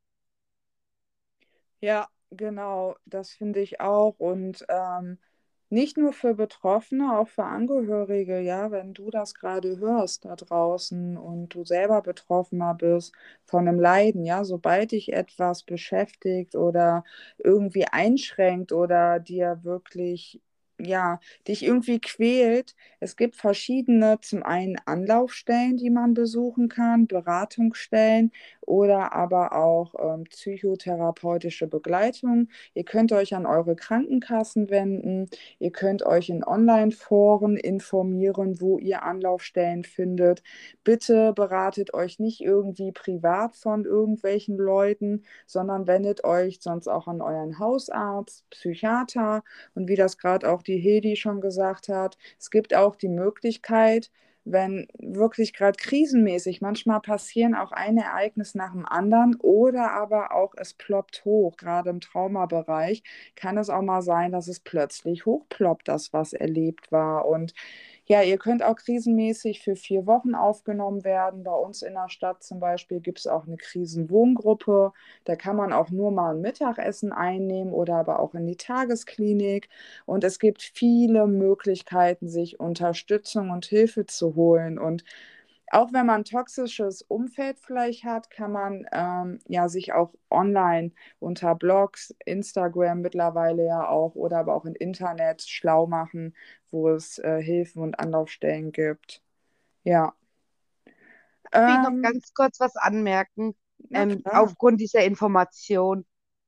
Ja, genau, das finde ich auch. Und nicht nur für Betroffene, auch für Angehörige, ja, wenn du das gerade hörst da draußen und du selber Betroffener bist von einem Leiden, ja, sobald dich etwas beschäftigt oder irgendwie einschränkt oder dir wirklich, ja, dich irgendwie quält, es gibt verschiedene, zum einen Anlaufstellen, die man besuchen kann, Beratungsstellen oder aber auch psychotherapeutische Begleitung. Ihr könnt euch an eure Krankenkassen wenden. Ihr könnt euch in Online-Foren informieren, wo ihr Anlaufstellen findet. Bitte beratet euch nicht irgendwie privat von irgendwelchen Leuten, sondern wendet euch sonst auch an euren Hausarzt, Psychiater und wie das gerade auch die Hedi schon gesagt hat, es gibt auch die Möglichkeit, wenn wirklich gerade krisenmäßig, manchmal passieren auch ein Ereignis nach dem anderen oder aber auch es ploppt hoch, gerade im Traumabereich kann es auch mal sein, dass es plötzlich hochploppt, das was erlebt war. Und Ja, ihr könnt auch krisenmäßig für 4 Wochen aufgenommen werden. Bei uns in der Stadt zum Beispiel gibt es auch eine Krisenwohngruppe. Da kann man auch nur mal ein Mittagessen einnehmen oder aber auch in die Tagesklinik. Und es gibt viele Möglichkeiten, sich Unterstützung und Hilfe zu holen. Und auch wenn man ein toxisches Umfeld vielleicht hat, kann man ja sich auch online unter Blogs, Instagram mittlerweile ja auch oder aber auch im Internet schlau machen, wo es Hilfen und Anlaufstellen gibt. Ja, Will ich noch ähm, ganz kurz was anmerken, na klar. aufgrund dieser Information.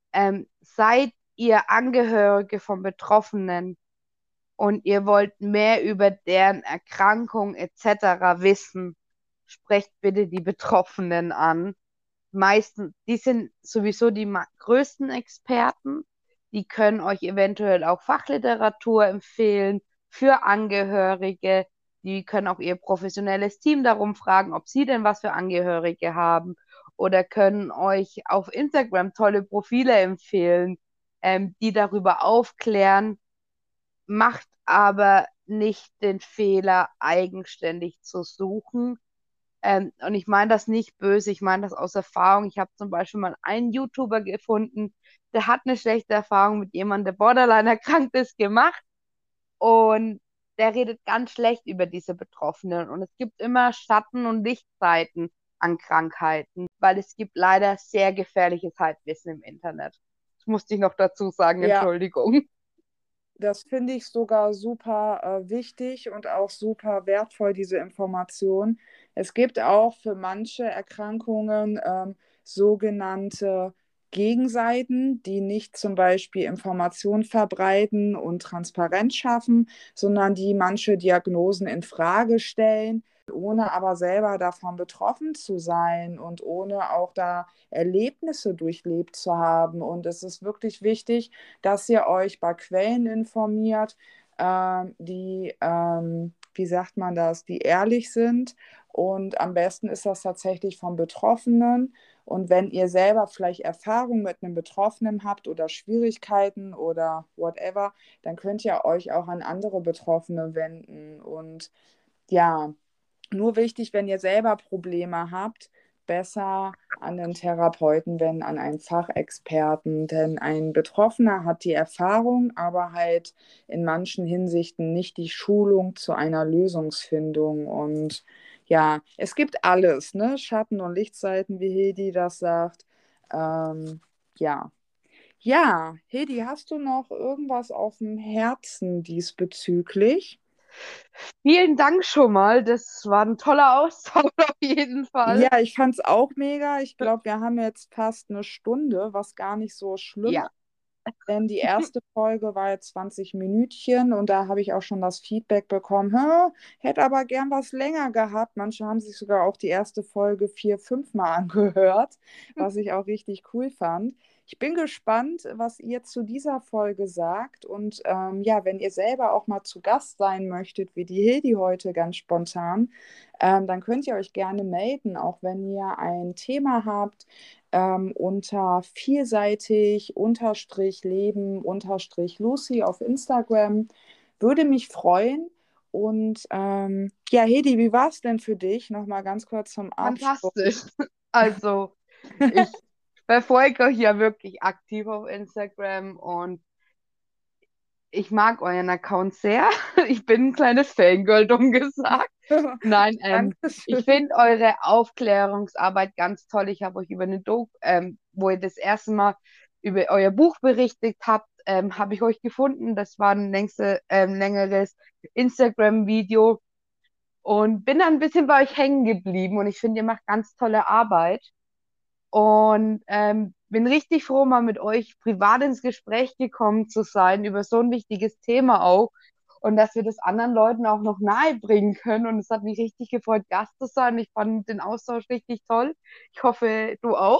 Seid ihr Angehörige von Betroffenen und ihr wollt mehr über deren Erkrankung etc. wissen, sprecht bitte die Betroffenen an. Meistens, die sind sowieso die größten Experten. Die können euch eventuell auch Fachliteratur empfehlen für Angehörige. Die können auch ihr professionelles Team darum fragen, ob sie denn was für Angehörige haben oder können euch auf Instagram tolle Profile empfehlen, die darüber aufklären. Macht aber nicht den Fehler, eigenständig zu suchen. Und ich meine das nicht böse, ich meine das aus Erfahrung. Ich habe zum Beispiel mal einen YouTuber gefunden, der hat eine schlechte Erfahrung mit jemandem, der Borderline erkrankt ist, gemacht und der redet ganz schlecht über diese Betroffenen. Und es gibt immer Schatten- und Lichtseiten an Krankheiten, weil es gibt leider sehr gefährliches Halbwissen im Internet. Das musste ich noch dazu sagen, Ja, Entschuldigung. das finde ich sogar super wichtig und auch super wertvoll, diese Information. Es gibt auch für manche Erkrankungen sogenannte Gegenseiten, die nicht zum Beispiel Informationen verbreiten und Transparenz schaffen, sondern die manche Diagnosen in Frage stellen, ohne aber selber davon betroffen zu sein und ohne auch da Erlebnisse durchlebt zu haben. Und es ist wirklich wichtig, dass ihr euch bei Quellen informiert, die, wie sagt man das, die ehrlich sind. Und am besten ist das tatsächlich vom Betroffenen. Und wenn ihr selber vielleicht Erfahrung mit einem Betroffenen habt oder Schwierigkeiten oder whatever, dann könnt ihr euch auch an andere Betroffene wenden. Und ja, nur wichtig, wenn ihr selber Probleme habt, besser an den Therapeuten wenden, an einen Fachexperten, denn ein Betroffener hat die Erfahrung, aber halt in manchen Hinsichten nicht die Schulung zu einer Lösungsfindung. Und ja, es gibt alles, ne? Schatten- und Lichtseiten, wie Hedi das sagt. Ähm, ja. Ja, Hedi, hast du noch irgendwas auf dem Herzen diesbezüglich? Vielen Dank schon mal. Das war ein toller Austausch auf jeden Fall. Ja, ich fand es auch mega. Ich glaube, wir haben jetzt fast eine Stunde, was gar nicht so schlimm Ja. ist, denn die erste Folge war jetzt 20 Minütchen und da habe ich auch schon das Feedback bekommen, "Hä, hätte aber gern was länger gehabt." Manche haben sich sogar auch die erste Folge 4, 5 Mal angehört, was ich auch richtig cool fand. Ich bin gespannt, was ihr zu dieser Folge sagt und ja, wenn ihr selber auch mal zu Gast sein möchtet, wie die Hildi heute ganz spontan, dann könnt ihr euch gerne melden, auch wenn ihr ein Thema habt, unter vielseitig unterstrich Leben unterstrich Lucy auf Instagram. Würde mich freuen. Und ja, Hedi, wie war es denn für dich? Nochmal ganz kurz zum Abschluss. Fantastisch. Also, ich verfolge euch ja wirklich aktiv auf Instagram und ich mag euren Account sehr. Ich bin ein kleines Fangirl, dumm gesagt. Nein, ich Dankeschön. finde eure Aufklärungsarbeit ganz toll. Ich habe euch über eine Doku, wo ihr das erste Mal über euer Buch berichtet habt, habe ich euch gefunden. Das war ein längeres Instagram-Video und bin dann ein bisschen bei euch hängen geblieben und ich finde, ihr macht ganz tolle Arbeit und bin richtig froh, mal mit euch privat ins Gespräch gekommen zu sein über so ein wichtiges Thema auch und dass wir das anderen Leuten auch noch nahe bringen können und es hat mich richtig gefreut, Gast zu sein. Ich fand den Austausch richtig toll. Ich hoffe, du auch.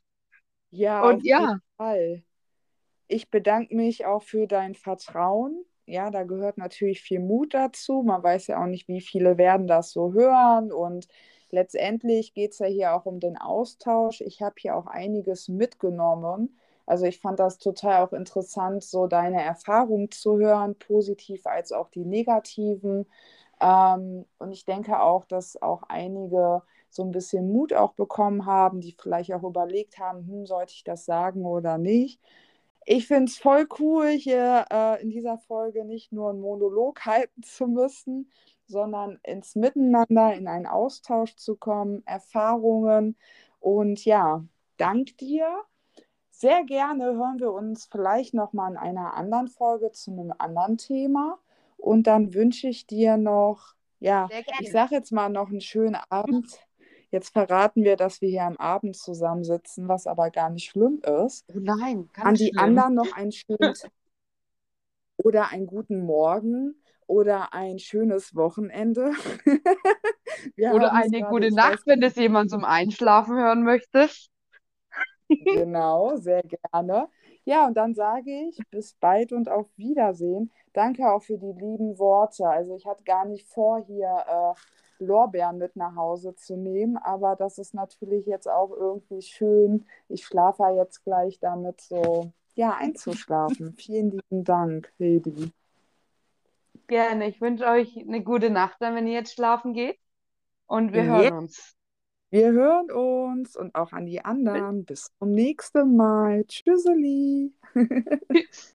Ja, Und auf jeden ja, Fall. Ich bedanke mich auch für dein Vertrauen. Ja, da gehört natürlich viel Mut dazu. Man weiß ja auch nicht, wie viele werden das so hören. Und letztendlich geht es ja hier auch um den Austausch. Ich habe hier auch einiges mitgenommen. Also ich fand das total auch interessant, so deine Erfahrungen zu hören, positiv als auch die negativen. Und ich denke auch, dass auch einige so ein bisschen Mut auch bekommen haben, die vielleicht auch überlegt haben, sollte ich das sagen oder nicht. Ich finde es voll cool, hier in dieser Folge nicht nur einen Monolog halten zu müssen, sondern ins Miteinander, in einen Austausch zu kommen, Erfahrungen. Und ja, dank dir. Sehr gerne hören wir uns vielleicht noch mal in einer anderen Folge zu einem anderen Thema. Und dann wünsche ich dir noch, ja, Sehr ich gerne. sage jetzt mal noch einen schönen Abend. Jetzt verraten wir, dass wir hier am Abend zusammensitzen, was aber gar nicht schlimm ist. Oh nein, An ganz die schlimm. anderen noch einen schönen Tag oder einen guten Morgen oder ein schönes Wochenende. Wir Oder haben es eine gerade, gute ich Nacht, weiß wenn das jemand zum Einschlafen hören möchte. genau, sehr gerne. Ja, und dann sage ich bis bald und auf Wiedersehen. Danke auch für die lieben Worte. Also ich hatte gar nicht vor, hier Lorbeeren mit nach Hause zu nehmen, aber das ist natürlich jetzt auch irgendwie schön. Ich schlafe ja jetzt gleich damit so, ja, einzuschlafen. Vielen lieben Dank, Hedi. Gerne. Ich wünsche euch eine gute Nacht, dann, wenn ihr jetzt schlafen geht. Und wir Ja, hören uns. wir hören uns und auch an die anderen. Bis zum nächsten Mal. Tschüsseli.